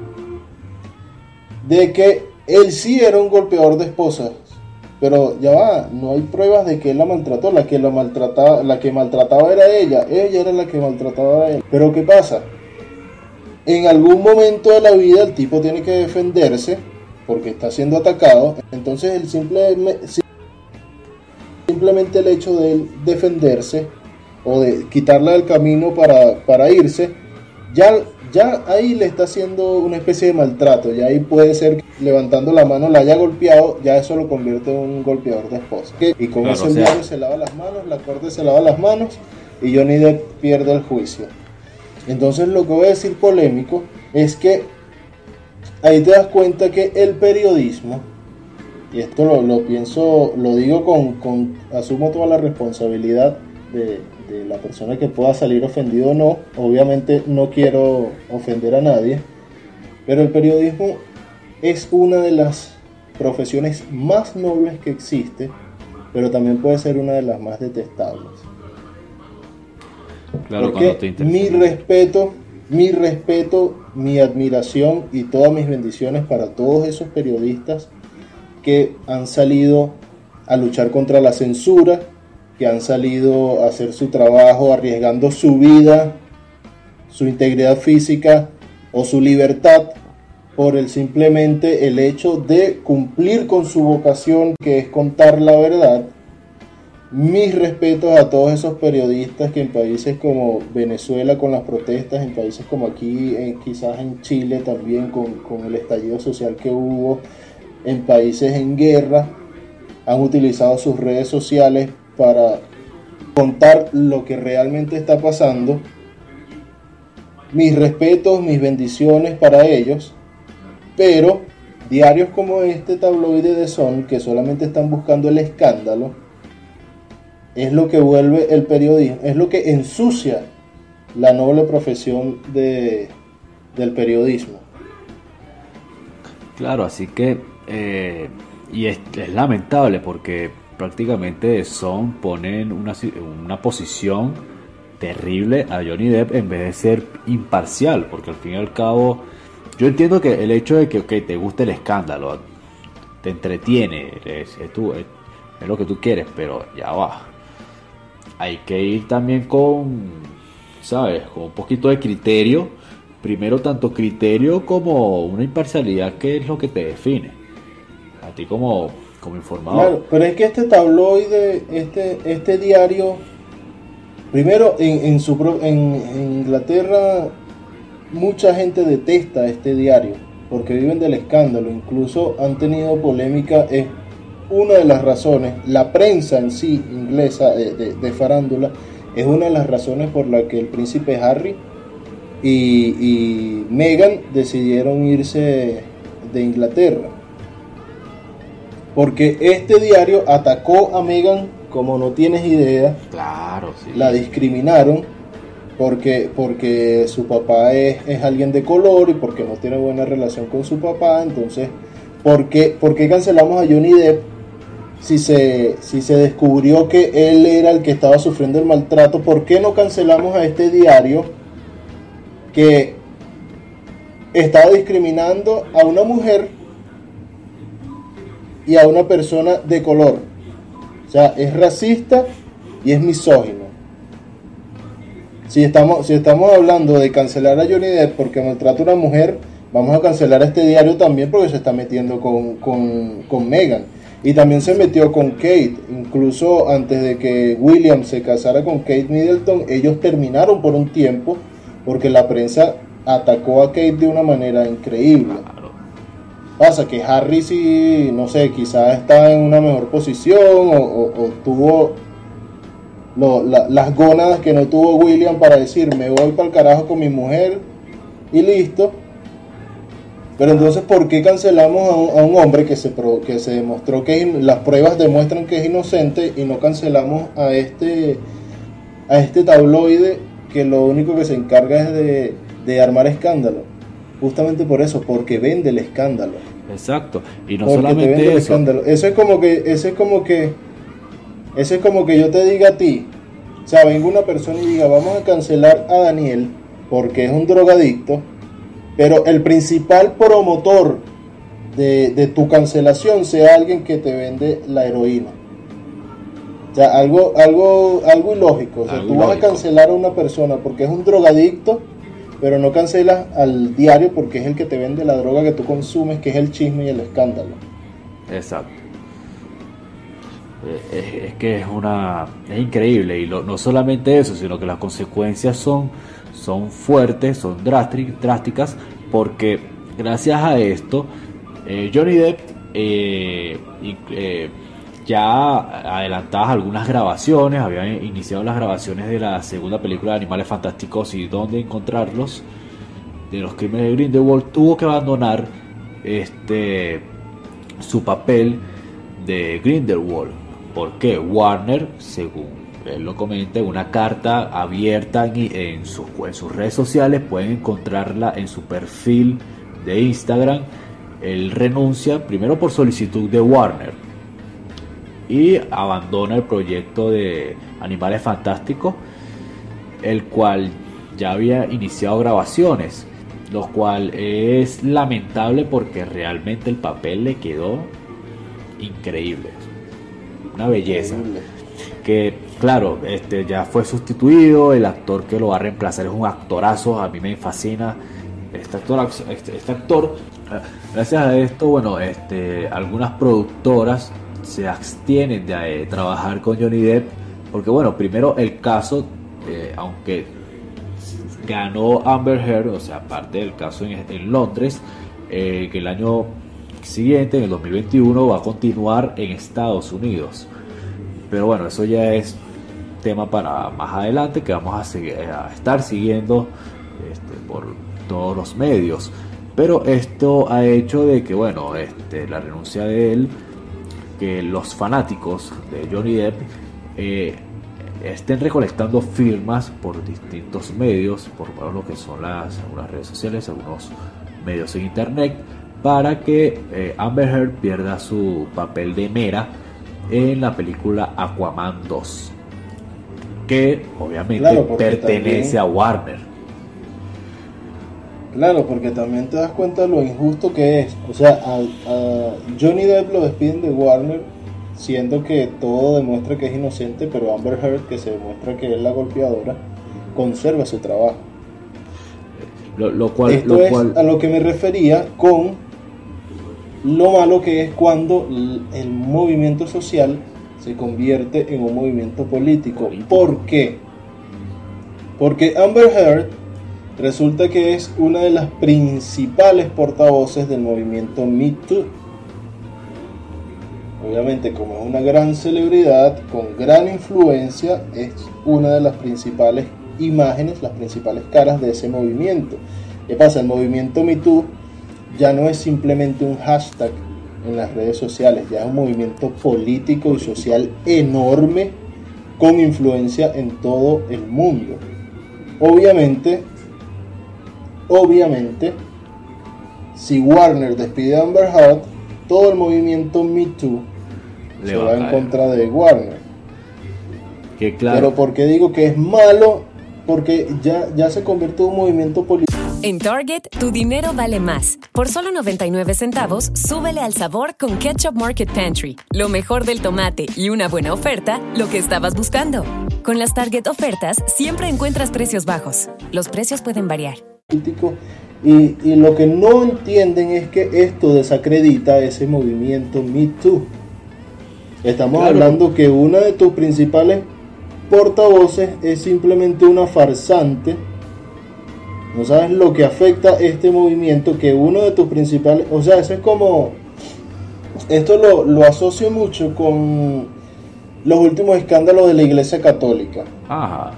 de que él sí era un golpeador de esposas, pero ya va, no hay pruebas de que él la maltrató. La que maltrataba era ella era la que maltrataba a él. Pero ¿qué pasa? En algún momento de la vida el tipo tiene que defenderse porque está siendo atacado. Entonces simplemente el hecho de él defenderse o de quitarla del camino para irse, ya ahí le está haciendo una especie de maltrato. Ya ahí puede ser que levantando la mano la haya golpeado, ya eso lo convierte en un golpeador de esposa. Y con eso el diario se lava las manos, la corte se lava las manos y Johnny Depp pierde el juicio. Entonces lo que voy a decir polémico es que ahí te das cuenta que el periodismo, y esto lo digo asumo toda la responsabilidad de la persona que pueda salir ofendido o no. Obviamente no quiero ofender a nadie, pero el periodismo es una de las profesiones más nobles que existe, pero también puede ser una de las más detestables. Claro, porque mi respeto, mi admiración y todas mis bendiciones para todos esos periodistas que han salido a luchar contra la censura, que han salido a hacer su trabajo arriesgando su vida, su integridad física o su libertad por simplemente el hecho de cumplir con su vocación, que es contar la verdad. Mis respetos a todos esos periodistas que en países como Venezuela con las protestas, en países como aquí, quizás en Chile también con el estallido social que hubo, en países en guerra, han utilizado sus redes sociales para contar lo que realmente está pasando. Mis respetos, mis bendiciones para ellos, pero diarios como este tabloide de Sun, que solamente están buscando el escándalo, es lo que vuelve el periodismo, es lo que ensucia la noble profesión del periodismo. Claro, así que y es lamentable porque prácticamente ponen una posición terrible a Johnny Depp en vez de ser imparcial, porque al fin y al cabo yo entiendo que el hecho de que te guste el escándalo, te entretiene, es lo que tú quieres, pero ya va. Hay que ir también con, ¿sabes? Con un poquito de criterio. Primero, tanto criterio como una imparcialidad, que es lo que te define a ti como informador. Claro, pero es que este tabloide, este diario, primero en Inglaterra mucha gente detesta este diario porque viven del escándalo, incluso han tenido polémica. Es una de las razones, la prensa en sí inglesa de farándula es una de las razones por la que el príncipe Harry y Meghan decidieron irse de Inglaterra, porque este diario atacó a Meghan como no tienes idea. Claro, sí. La discriminaron porque su papá es alguien de color y porque no tiene buena relación con su papá. Entonces, ¿por qué cancelamos a Johnny Depp si se descubrió que él era el que estaba sufriendo el maltrato? ¿Por qué no cancelamos a este diario que estaba discriminando a una mujer y a una persona de color? O sea, es racista y es misógino. Si estamos hablando de cancelar a Johnny Depp porque maltrata a una mujer, vamos a cancelar a este diario también porque se está metiendo con Meghan. Y también se metió con Kate. Incluso antes de que William se casara con Kate Middleton, ellos terminaron por un tiempo porque la prensa atacó a Kate de una manera increíble. Pasa que Harry sí, no sé, quizás está en una mejor posición o tuvo las gónadas que no tuvo William para decir me voy para el carajo con mi mujer y listo. Pero entonces, ¿por qué cancelamos a un hombre que se demostró que las pruebas demuestran que es inocente, y no cancelamos a este tabloide que lo único que se encarga es de armar escándalo? Justamente por eso, porque vende el escándalo. Exacto. Y no porque solamente te vende el eso. escándalo. Eso es como que yo te diga a ti, o sea, venga una persona y diga, vamos a cancelar a Daniel porque es un drogadicto, pero el principal promotor de tu cancelación sea alguien que te vende la heroína. O sea, algo ilógico. O sea, tú vas a cancelar a una persona porque es un drogadicto, pero no cancelas al diario porque es el que te vende la droga que tú consumes, que es el chisme y el escándalo. Exacto. Es que es increíble, y no solamente eso, sino que las consecuencias son fuertes, son drásticas, porque gracias a esto Johnny Depp ya adelantadas algunas grabaciones, había iniciado las grabaciones de la segunda película de Animales Fantásticos y Dónde Encontrarlos, de los crímenes de Grindelwald. Tuvo que abandonar su papel de Grindelwald porque Warner, según él lo comenta en una carta abierta en sus redes sociales, pueden encontrarla en su perfil de Instagram, él renuncia primero por solicitud de Warner y abandona el proyecto de Animales Fantásticos, el cual ya había iniciado grabaciones, lo cual es lamentable porque realmente el papel le quedó increíble, una belleza. Increíble. Que claro, ya fue sustituido, el actor que lo va a reemplazar es un actorazo, a mí me fascina este actor, Gracias a esto, bueno, algunas productoras se abstienen de trabajar con Johnny Depp, porque bueno, primero el caso, aunque ganó Amber Heard, o sea, aparte del caso en Londres, que el año siguiente, en el 2021, va a continuar en Estados Unidos. Pero bueno, eso ya es tema para más adelante, que vamos a estar siguiendo por todos los medios. Pero esto ha hecho de que, bueno, la renuncia de él, que los fanáticos de Johnny Depp estén recolectando firmas por distintos medios, por lo que son algunas redes sociales, algunos medios en internet, para que Amber Heard pierda su papel de Mera en la película Aquaman 2, que obviamente pertenece a Warner. Claro, porque también te das cuenta de lo injusto que es. O sea, a Johnny Depp lo despiden de Warner, siendo que todo demuestra que es inocente, pero Amber Heard, que se demuestra que es la golpeadora, conserva su trabajo. Esto es a lo que me refería con lo malo que es cuando el movimiento social se convierte en un movimiento político. ¿Por qué? Porque Amber Heard resulta que es una de las principales portavoces del movimiento Me Too. Obviamente, como es una gran celebridad con gran influencia, es una de las principales imágenes, las principales caras de ese movimiento. ¿Qué pasa? El movimiento Me Too ya no es simplemente un hashtag en las redes sociales, ya es un movimiento político y social enorme con influencia en todo el mundo. Obviamente, si Warner despide a Amber Heard, todo el movimiento Me Too se va en contra de Warner. Que claro. Pero ¿por qué digo que es malo? Porque ya se convirtió en un movimiento político. En Target, tu dinero vale más. Por solo 99 centavos, súbele al sabor con Ketchup Market Pantry. Lo mejor del tomate y una buena oferta, lo que estabas buscando. Con las Target ofertas, siempre encuentras precios bajos. Los precios pueden variar. Y lo que no entienden es que esto desacredita ese movimiento Me Too. Estamos hablando que una de tus principales portavoces es simplemente una farsante. No sabes lo que afecta este movimiento, que uno de tus principales... O sea, eso es como... Esto lo asocio mucho con los últimos escándalos de la Iglesia Católica. Ajá.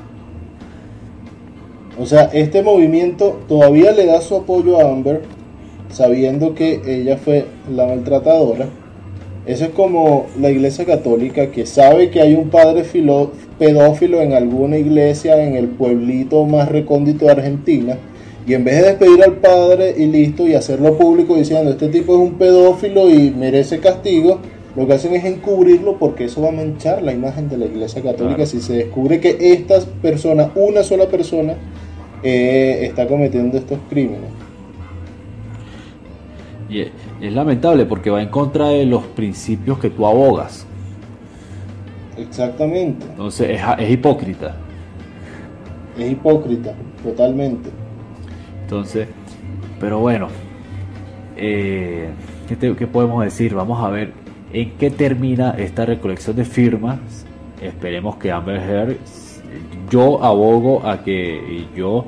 O sea, este movimiento todavía le da su apoyo a Amber, sabiendo que ella fue la maltratadora. Eso es como la Iglesia Católica, que sabe que hay un padre pedófilo en alguna iglesia en el pueblito más recóndito de Argentina, y en vez de despedir al padre y listo, y hacerlo público diciendo este tipo es un pedófilo y merece castigo, lo que hacen es encubrirlo, porque eso va a manchar la imagen de la Iglesia Católica. Claro. Si se descubre que esta persona, una sola persona, está cometiendo estos crímenes. Y es lamentable porque va en contra de los principios que tú abogas. Exactamente. Entonces es hipócrita. Es hipócrita, totalmente. Entonces, pero bueno, ¿qué podemos decir? Vamos a ver en qué termina esta recolección de firmas. Esperemos que Amber Heard, yo abogo a que yo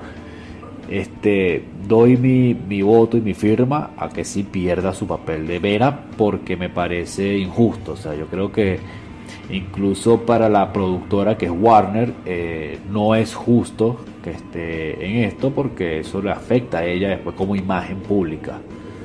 doy mi voto y mi firma a que sí pierda su papel de Vera, porque me parece injusto. O sea, yo creo que incluso para la productora, que es Warner, no es justo que esté en esto, porque eso le afecta a ella después como imagen pública.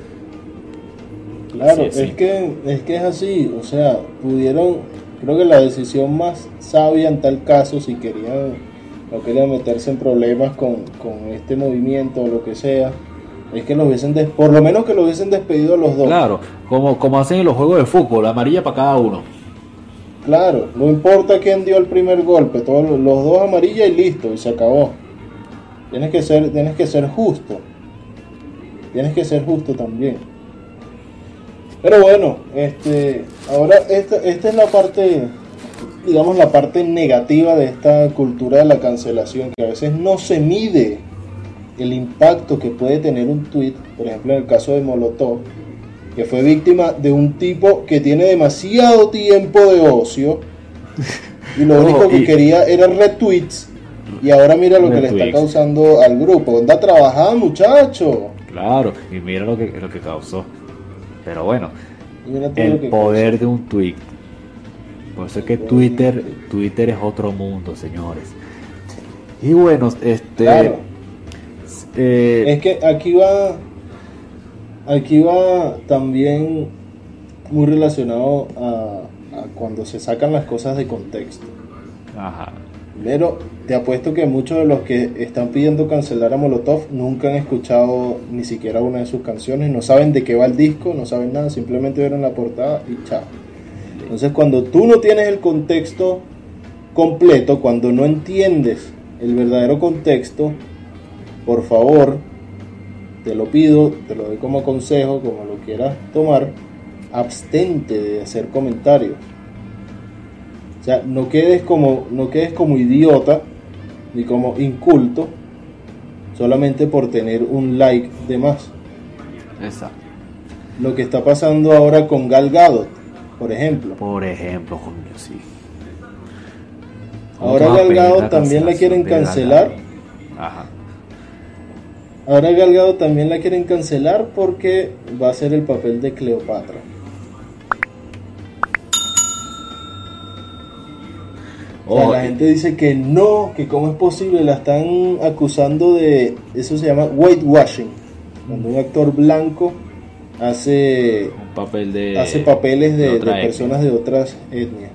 Claro, sí. Es que es así. O sea, creo que la decisión más sabia en tal caso, si no querían meterse en problemas con este movimiento o lo que sea, es que por lo menos que lo hubiesen despedido a los dos. Claro, como hacen en los juegos de fútbol, amarilla para cada uno. Claro, no importa quién dio el primer golpe, todos los dos amarilla y listo, y se acabó. Tienes que ser justo. Tienes que ser justo también. Pero bueno, ahora esta es la parte, digamos, la parte negativa de esta cultura de la cancelación, que a veces no se mide el impacto que puede tener un tweet, por ejemplo en el caso de Molotov, que fue víctima de un tipo que tiene demasiado tiempo de ocio y lo único que quería era retweets, y ahora mira lo que le está causando al grupo. Anda a trabajar, muchacho. Claro, y mira lo que causó. Pero bueno, el poder de un tweet. Por eso es que Twitter es otro mundo, señores. Y bueno, claro. Es que aquí va también muy relacionado a cuando se sacan las cosas de contexto. Ajá. Primero, te apuesto que muchos de los que están pidiendo cancelar a Molotov nunca han escuchado ni siquiera una de sus canciones, no saben de qué va el disco, no saben nada, simplemente vieron la portada y chao. Entonces, cuando tú no tienes el contexto completo, cuando no entiendes el verdadero contexto, por favor, te lo pido, te lo doy como consejo, como lo quieras tomar, abstente de hacer comentarios. O sea, no quedes como idiota ni como inculto solamente por tener un like de más. Exacto. Lo que está pasando ahora con Gal Gadot, por ejemplo. Coño, sí. Ahora Gal Gadot también la quieren cancelar. Ajá. Ahora Gal Gadot también la quieren cancelar porque va a hacer el papel de Cleopatra. O sea, la gente dice que no, que cómo es posible, la están acusando de, eso se llama whitewashing, cuando un actor blanco hace papeles de personas de otras etnias.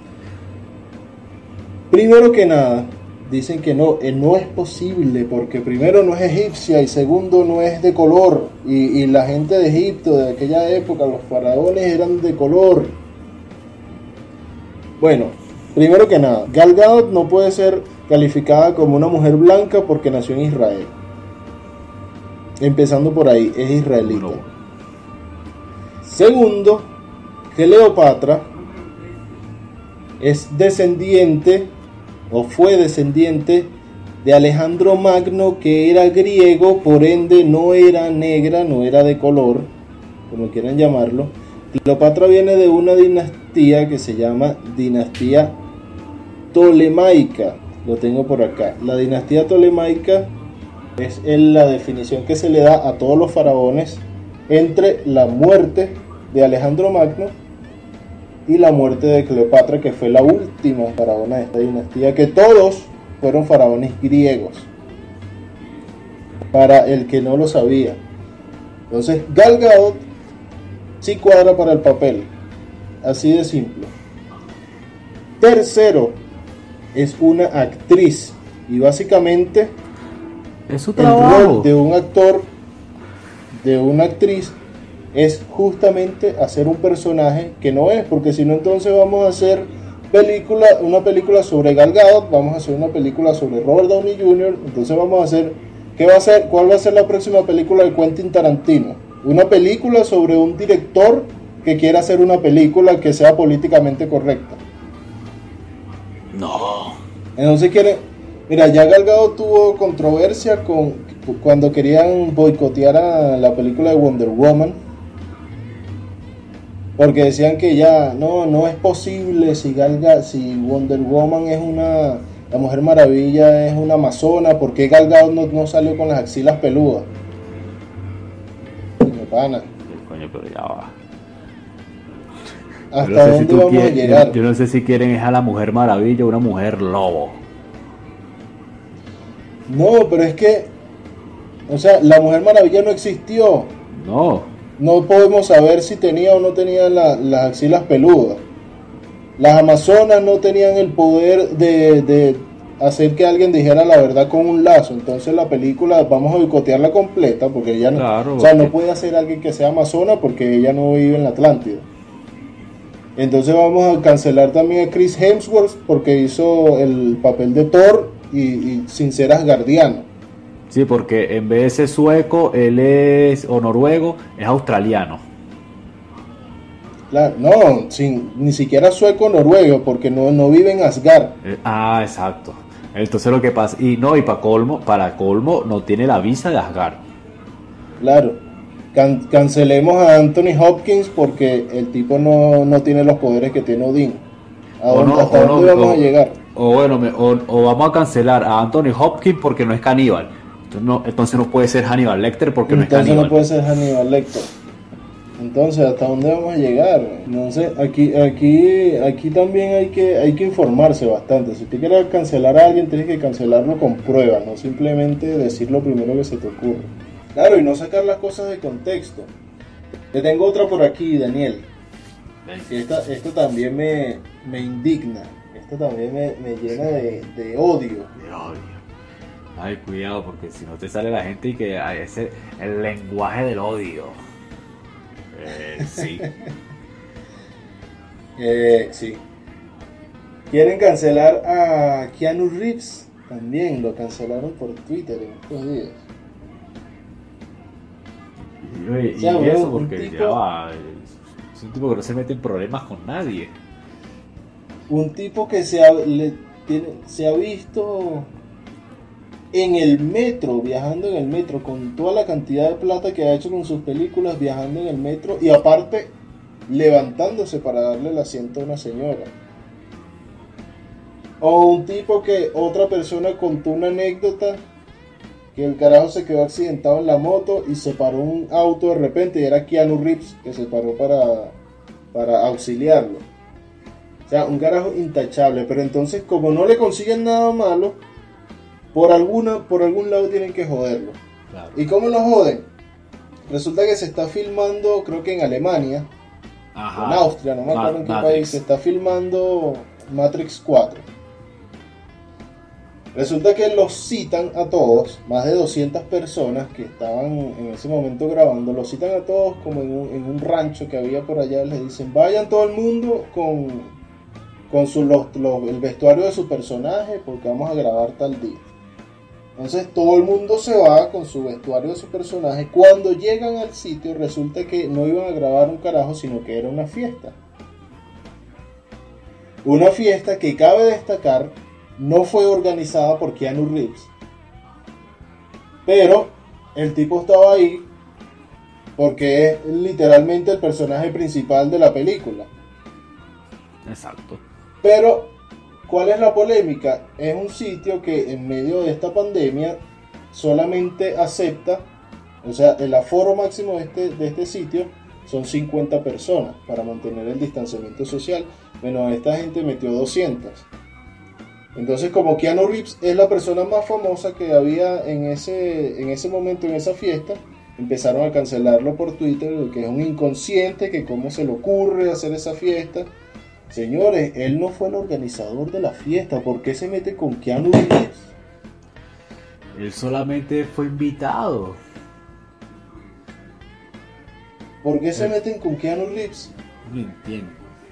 Primero que nada, dicen que no es posible, porque primero no es egipcia y segundo no es de color, y la gente de Egipto de aquella época, los faraones eran de color. Bueno, primero que nada, Gal Gadot no puede ser calificada como una mujer blanca porque nació en Israel. Empezando por ahí, es israelita. No. Segundo, Cleopatra es descendiente, o fue descendiente, de Alejandro Magno, que era griego, por ende no era negra, no era de color, como quieran llamarlo. Cleopatra viene de una dinastía que se llama dinastía Ptolemaica, lo tengo por acá. La dinastía Ptolemaica es la definición que se le da a todos los faraones entre la muerte de Alejandro Magno y la muerte de Cleopatra, que fue la última faraona de esta dinastía, que todos fueron faraones griegos, para el que no lo sabía. Entonces Gal Gadot sí cuadra para el papel, así de simple. Tercero, es una actriz, y básicamente es su el trabajo. rol de un actor, de una actriz, es justamente hacer un personaje que no es, porque si no, entonces vamos a hacer una película sobre Gal Gadot, vamos a hacer una película sobre Robert Downey Jr., entonces vamos a hacer, ¿cuál va a ser la próxima película de Quentin Tarantino? Una película sobre un director que quiera hacer una película que sea políticamente correcta. No. Entonces mira, ya Gal Gadot tuvo controversia cuando querían boicotear a la película de Wonder Woman, porque decían que ya no es posible, si Wonder Woman es la Mujer Maravilla es una amazona, ¿por qué Gal Gadot no salió con las axilas peludas? Coño, pana. Coño, pero ya va. ¿Hasta dónde vamos a llegar? Yo no sé si quieren es a la Mujer Maravilla o una mujer lobo. No, pero es que, o sea, la Mujer Maravilla no existió. No podemos saber si tenía o no tenía las axilas peludas. Las amazonas no tenían el poder de hacer que alguien dijera la verdad con un lazo. Entonces la película vamos a boicotearla completa, porque ella no puede hacer alguien que sea amazona porque ella no vive en la Atlántida. Entonces vamos a cancelar también a Chris Hemsworth porque hizo el papel de Thor y sin ser asgardiano. Sí, porque en vez de ser sueco, o noruego, es australiano. Claro, no, ni siquiera sueco o noruego, porque no vive en Asgard. Exacto. Entonces lo que pasa, y para colmo, no tiene la visa de Asgard. Claro. Cancelemos a Anthony Hopkins porque el tipo no tiene los poderes que tiene Odín. ¿Hasta dónde vamos a llegar? O vamos a cancelar a Anthony Hopkins porque no es caníbal. Entonces no puede ser Hannibal Lecter porque no es caníbal. Entonces no puede ser Hannibal Lecter. Entonces, ¿hasta dónde vamos a llegar? Entonces, aquí también hay que informarse bastante. Si tú quieres cancelar a alguien, tienes que cancelarlo con pruebas, no simplemente decir lo primero que se te ocurre. Claro, y no sacar las cosas de contexto. Te tengo otra por aquí, Daniel. Esto también me indigna. Esto también me llena de odio. De odio. Ay, cuidado, porque si no te sale la gente y que ese el lenguaje del odio. Sí. Sí. Quieren cancelar a Keanu Reeves. También lo cancelaron por Twitter en estos días. Y eso porque es un tipo que no se mete en problemas con nadie. Un tipo que se ha visto en el metro, viajando en el metro, con toda la cantidad de plata que ha hecho con sus películas, viajando en el metro, y aparte levantándose para darle el asiento a una señora. O un tipo que otra persona contó una anécdota, que el carajo se quedó accidentado en la moto y se paró un auto de repente y era Keanu Reeves que se paró para auxiliarlo. O sea, un carajo intachable, pero entonces como no le consiguen nada malo, por algún lado tienen que joderlo. Claro. ¿Y cómo lo joden? Resulta que se está filmando, creo que en Alemania, Ajá. en Austria, no me acuerdo en qué Matrix. país, se está filmando Matrix 4. Resulta que los citan a todos, más de 200 personas que estaban en ese momento grabando, los citan a todos como en un rancho que había por allá, les dicen, vayan todo el mundo con el vestuario de su personaje porque vamos a grabar tal día. Entonces todo el mundo se va con su vestuario de su personaje. Cuando llegan al sitio resulta que no iban a grabar un carajo, sino que era una fiesta. Una fiesta que cabe destacar no fue organizada por Keanu Reeves, pero el tipo estaba ahí porque es literalmente el personaje principal de la película. Exacto. Pero ¿cuál es la polémica? Es un sitio que en medio de esta pandemia solamente acepta, o sea, el aforo máximo de este sitio son 50 personas para mantener el distanciamiento social. Bueno, esta gente metió 200. Entonces, como Keanu Reeves es la persona más famosa que había en ese momento, en esa fiesta, empezaron a cancelarlo por Twitter, que es un inconsciente, que cómo se le ocurre hacer esa fiesta. Señores, él no fue el organizador de la fiesta. ¿Por qué se mete con Keanu Reeves? Él solamente fue invitado. ¿Por qué se meten con Keanu Reeves? No entiendo.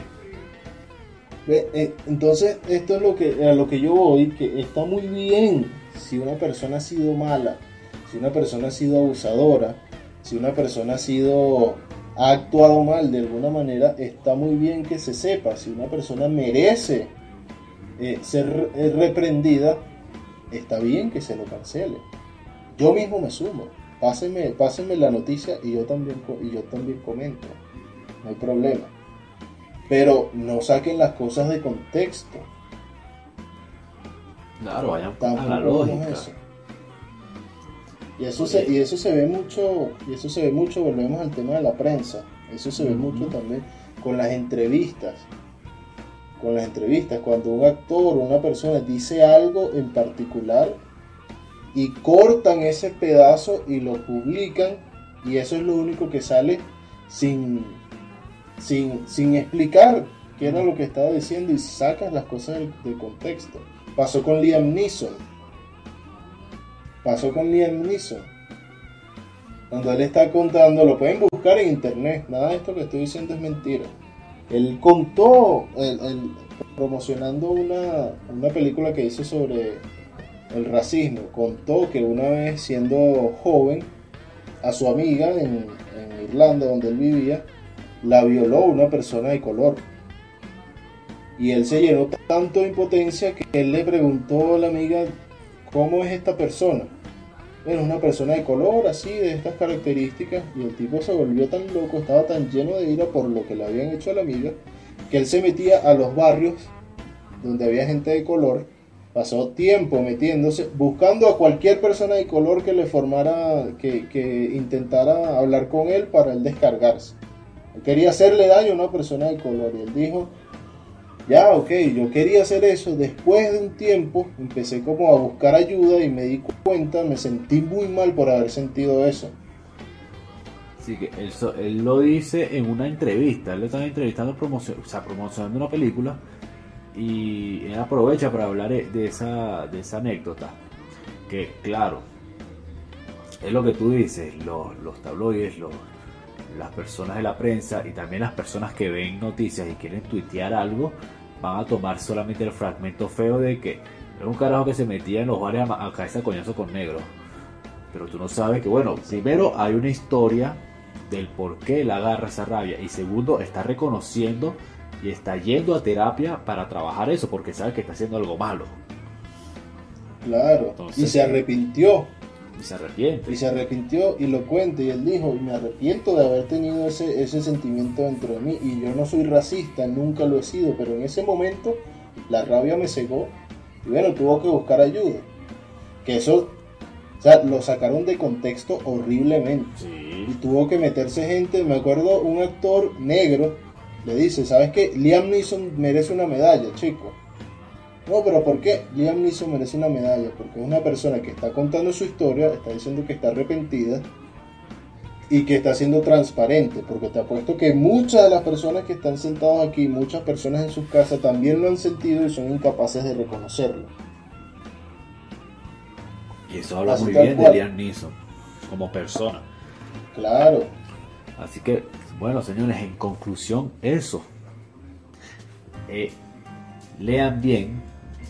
Entonces, esto es a lo que yo voy, que está muy bien si una persona ha sido mala, si una persona ha sido abusadora, si una persona ha actuado mal de alguna manera, está muy bien que se sepa. Si una persona merece ser reprendida, está bien que se lo cancele. Yo mismo me sumo. Pásenme la noticia y yo también comento. No hay problema. Pero no saquen las cosas de contexto. Claro, vayan Tampoco a la lógica. eso. Y eso se ve mucho, volvemos al tema de la prensa. Eso se ve mucho también con las entrevistas. Cuando un actor o una persona dice algo en particular y cortan ese pedazo y lo publican, y eso es lo único que sale sin explicar qué era lo que estaba diciendo, y sacas las cosas del contexto. Pasó con Liam Neeson. Cuando él está contando, lo pueden buscar en internet, nada de esto que estoy diciendo es mentira. Él contó, promocionando una película que hizo sobre el racismo, contó que una vez siendo joven, a su amiga en Irlanda, donde él vivía, la violó una persona de color. Y él se llenó tanto de impotencia que él le preguntó a la amiga, ¿cómo es esta persona? Bueno, es una persona de color, así, de estas características. Y el tipo se volvió tan loco, estaba tan lleno de ira por lo que le habían hecho a la amiga, que él se metía a los barrios donde había gente de color, pasó tiempo metiéndose, buscando a cualquier persona de color que le formara, que intentara hablar con él para él descargarse. Él quería hacerle daño a una persona de color y él dijo, ya, ok, yo quería hacer eso. Después de un tiempo empecé como a buscar ayuda y me di cuenta, me sentí muy mal por haber sentido eso. Así que él lo dice en una entrevista. Él le estaba entrevistando, promocionando una película, y él aprovecha para hablar de esa anécdota. Que claro, es lo que tú dices, los tabloides, las personas de la prensa y también las personas que ven noticias y quieren tuitear algo, van a tomar solamente el fragmento feo de que era un carajo que se metía en los bares a caerse a coñazo con negros. Pero tú no sabes que, bueno, primero hay una historia del por qué él agarra esa rabia, y segundo, está reconociendo y está yendo a terapia para trabajar eso, porque sabe que está haciendo algo malo. Claro. Entonces, y se arrepintió. Y se arrepiente. Y se arrepintió y lo cuenta, y él dijo, me arrepiento de haber tenido ese sentimiento dentro de mí, y yo no soy racista, nunca lo he sido, pero en ese momento la rabia me cegó y bueno, tuvo que buscar ayuda. Que eso, o sea, lo sacaron de contexto horriblemente. Sí. Y tuvo que meterse gente, me acuerdo un actor negro, le dice, ¿sabes qué? Liam Neeson merece una medalla, chico. No, pero ¿por qué? Liam Neeson merece una medalla, porque es una persona que está contando su historia, está diciendo que está arrepentida y que está siendo transparente, porque te apuesto que muchas de las personas que están sentadas aquí, muchas personas en sus casas también lo han sentido y son incapaces de reconocerlo. Y eso habla muy bien de Liam Neeson como persona. Claro. Así que, bueno, señores, en conclusión, eso. Lean bien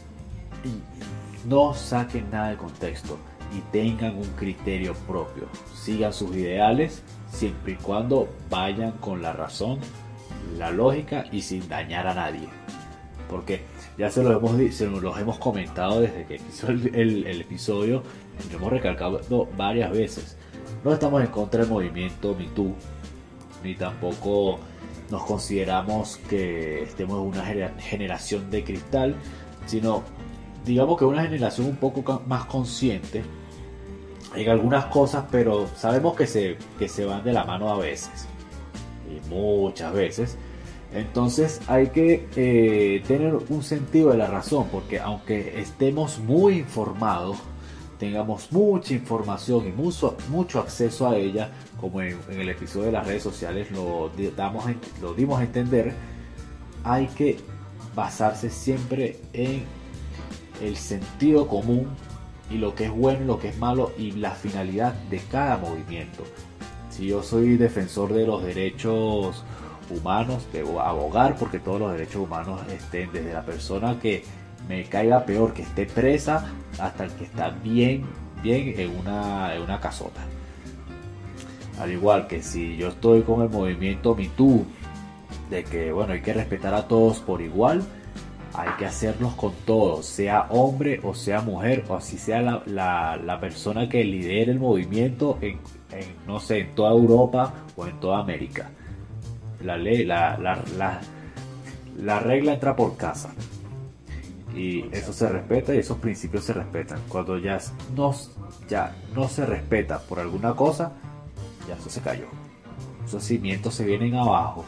y no saquen nada de contexto y tengan un criterio propio. Sigan sus ideales siempre y cuando vayan con la razón, la lógica y sin dañar a nadie. Porque ya se los hemos comentado desde que hizo el episodio, y lo hemos recalcado varias veces. No estamos en contra del movimiento Me Too, ni tampoco nos consideramos que estemos en una generación de cristal, sino digamos que una generación un poco más consciente en algunas cosas, pero sabemos que se van de la mano a veces, y muchas veces. Entonces hay que tener un sentido de la razón, porque aunque estemos muy informados, tengamos mucha información y mucho acceso a ella, como en el episodio de las redes sociales lo dimos a entender, hay que basarse siempre en el sentido común y lo que es bueno y lo que es malo y la finalidad de cada movimiento. Si yo soy defensor de los derechos humanos, debo abogar porque todos los derechos humanos estén, desde la persona que me caiga peor, que esté presa, hasta el que está bien en una casota. Al igual que si yo estoy con el movimiento Me Too, de que bueno, hay que respetar a todos por igual, hay que hacerlos con todos, sea hombre o sea mujer, o así sea la persona que lidere el movimiento no sé, en toda Europa o en toda América. La ley, la regla entra por casa. Y eso se respeta y esos principios se respetan. Cuando ya no se respeta por alguna cosa, ya eso se cayó. Esos cimientos se vienen abajo.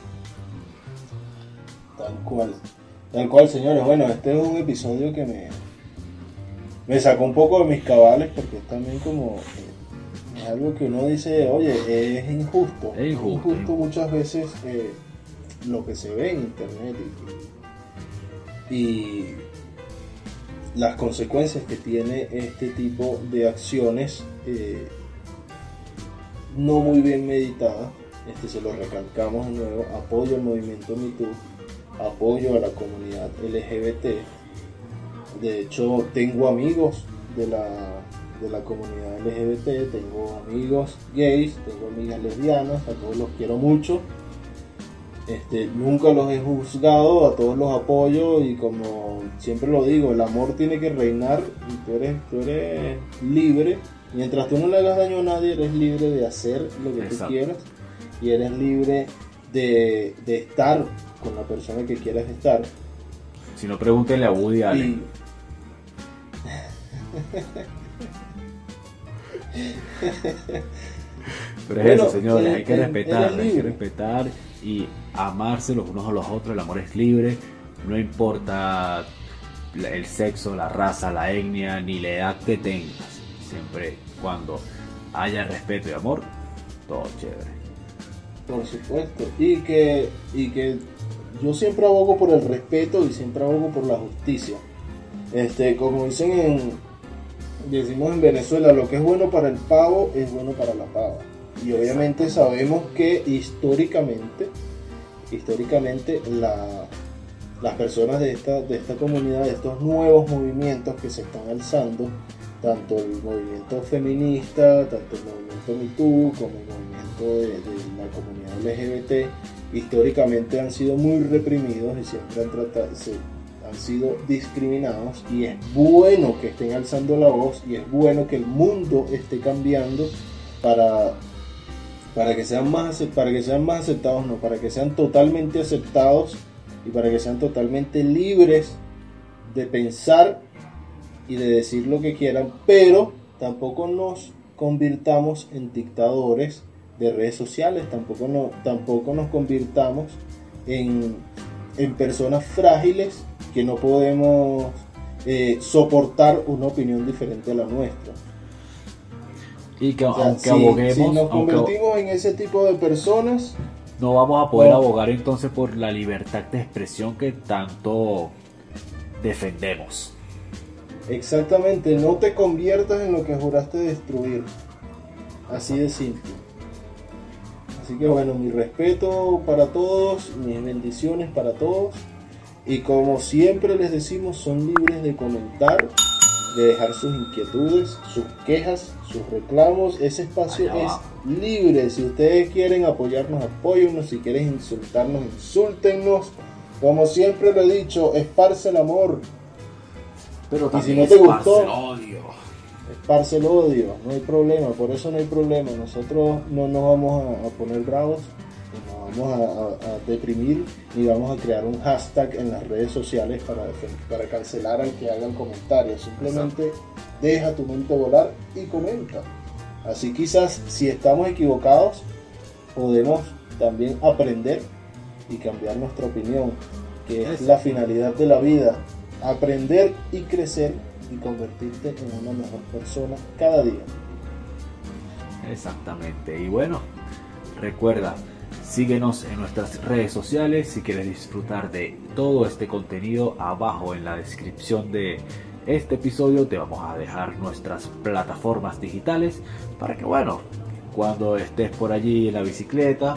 Tal cual, señores. Bueno, este es un episodio que me sacó un poco de mis cabales, porque es también como es algo que uno dice, oye, es injusto. Es injusto muchas veces lo que se ve en internet y las consecuencias que tiene este tipo de acciones no muy bien meditadas. Se lo recalcamos de nuevo: apoyo al movimiento Me Too, apoyo a la comunidad LGBT. De hecho, tengo amigos de la comunidad LGBT, tengo amigos gays, tengo amigas lesbianas, a todos los quiero mucho. Nunca los he juzgado, a todos los apoyo y como siempre lo digo, el amor tiene que reinar y tú eres libre. Mientras tú no le hagas daño a nadie, eres libre de hacer lo que tú quieras y eres libre de estar con la persona que quieras estar. Si no, pregúntenle a Woody Allen. Pero es eso, señores, hay que respetar y amarse los unos a los otros. El amor es libre, no importa el sexo, la raza, la etnia, ni la edad que tengas. Siempre cuando haya respeto y amor, todo chévere. Por supuesto, y que yo siempre abogo por el respeto y siempre abogo por la justicia. Como decimos en Venezuela, lo que es bueno para el pavo es bueno para la pava. Y obviamente sabemos que históricamente las personas de esta comunidad, de estos nuevos movimientos que se están alzando, tanto el movimiento feminista, tanto el movimiento Me Too, como el movimiento de la comunidad LGBT, históricamente han sido muy reprimidos y siempre han sido discriminados, y es bueno que estén alzando la voz y es bueno que el mundo esté cambiando para que sean más aceptados, no, para que sean totalmente aceptados y para que sean totalmente libres de pensar y de decir lo que quieran, pero tampoco nos convirtamos en dictadores de redes sociales, tampoco nos convirtamos en personas frágiles que no podemos soportar una opinión diferente a la nuestra. Y que aunque aboguemos, si nos convertimos en ese tipo de personas, no vamos a poder abogar entonces por la libertad de expresión que tanto defendemos. Exactamente, no te conviertas en lo que juraste destruir. Así de simple. Así que bueno, mi respeto para todos, mis bendiciones para todos. Y como siempre les decimos, son libres de comentar, de dejar sus inquietudes, sus quejas, sus reclamos. Ese espacio es libre. Si ustedes quieren apoyarnos, apóyennos. Si quieren insultarnos, insúltennos. Como siempre lo he dicho, esparce el amor. Pero y si no te gustó, esparce el odio, no hay problema, por eso no hay problema. Nosotros no nos vamos a poner bravos, no vamos a deprimir, ni vamos a crear un hashtag en las redes sociales para cancelar al que haga el comentario. Simplemente deja tu mente volar y comenta. Así quizás si estamos equivocados, podemos también aprender y cambiar nuestra opinión, que es la finalidad de la vida. Aprender y crecer y convertirte en una mejor persona cada día. Exactamente. Y bueno, recuerda, síguenos en nuestras redes sociales. Si quieres disfrutar de todo este contenido, abajo en la descripción de este episodio te vamos a dejar nuestras plataformas digitales para que, bueno, cuando estés por allí en la bicicleta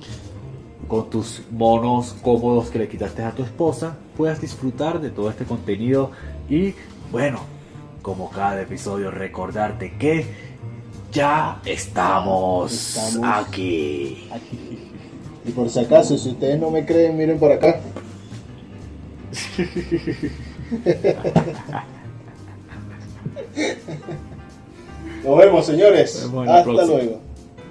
con tus monos cómodos que le quitaste a tu esposa, puedas disfrutar de todo este contenido. Y bueno, como cada episodio, recordarte que ya estamos aquí. Y por si acaso, si ustedes no me creen, miren por acá. Nos vemos, señores. Hasta luego.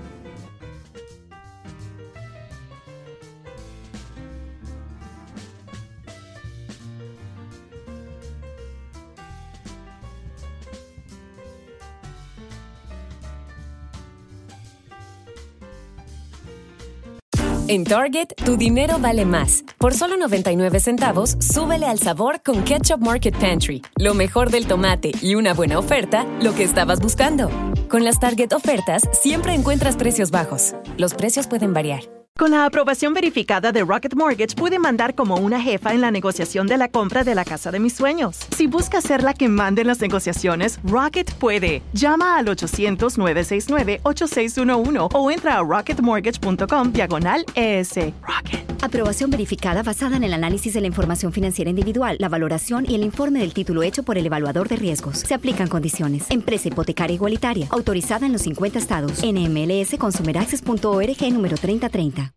En Target, tu dinero vale más. Por solo 99 centavos, súbele al sabor con Ketchup Market Pantry. Lo mejor del tomate y una buena oferta, lo que estabas buscando. Con las Target ofertas, siempre encuentras precios bajos. Los precios pueden variar. Con la aprobación verificada de Rocket Mortgage, pude mandar como una jefa en la negociación de la compra de la casa de mis sueños. Si buscas ser la que mande en las negociaciones, Rocket puede. Llama al 800-969-8611 o entra a rocketmortgage.com/ES. Rocket. Aprobación verificada basada en el análisis de la información financiera individual, la valoración y el informe del título hecho por el evaluador de riesgos. Se aplican condiciones. Empresa hipotecaria igualitaria. Autorizada en los 50 estados. NMLS Consumer Access.org número 3030.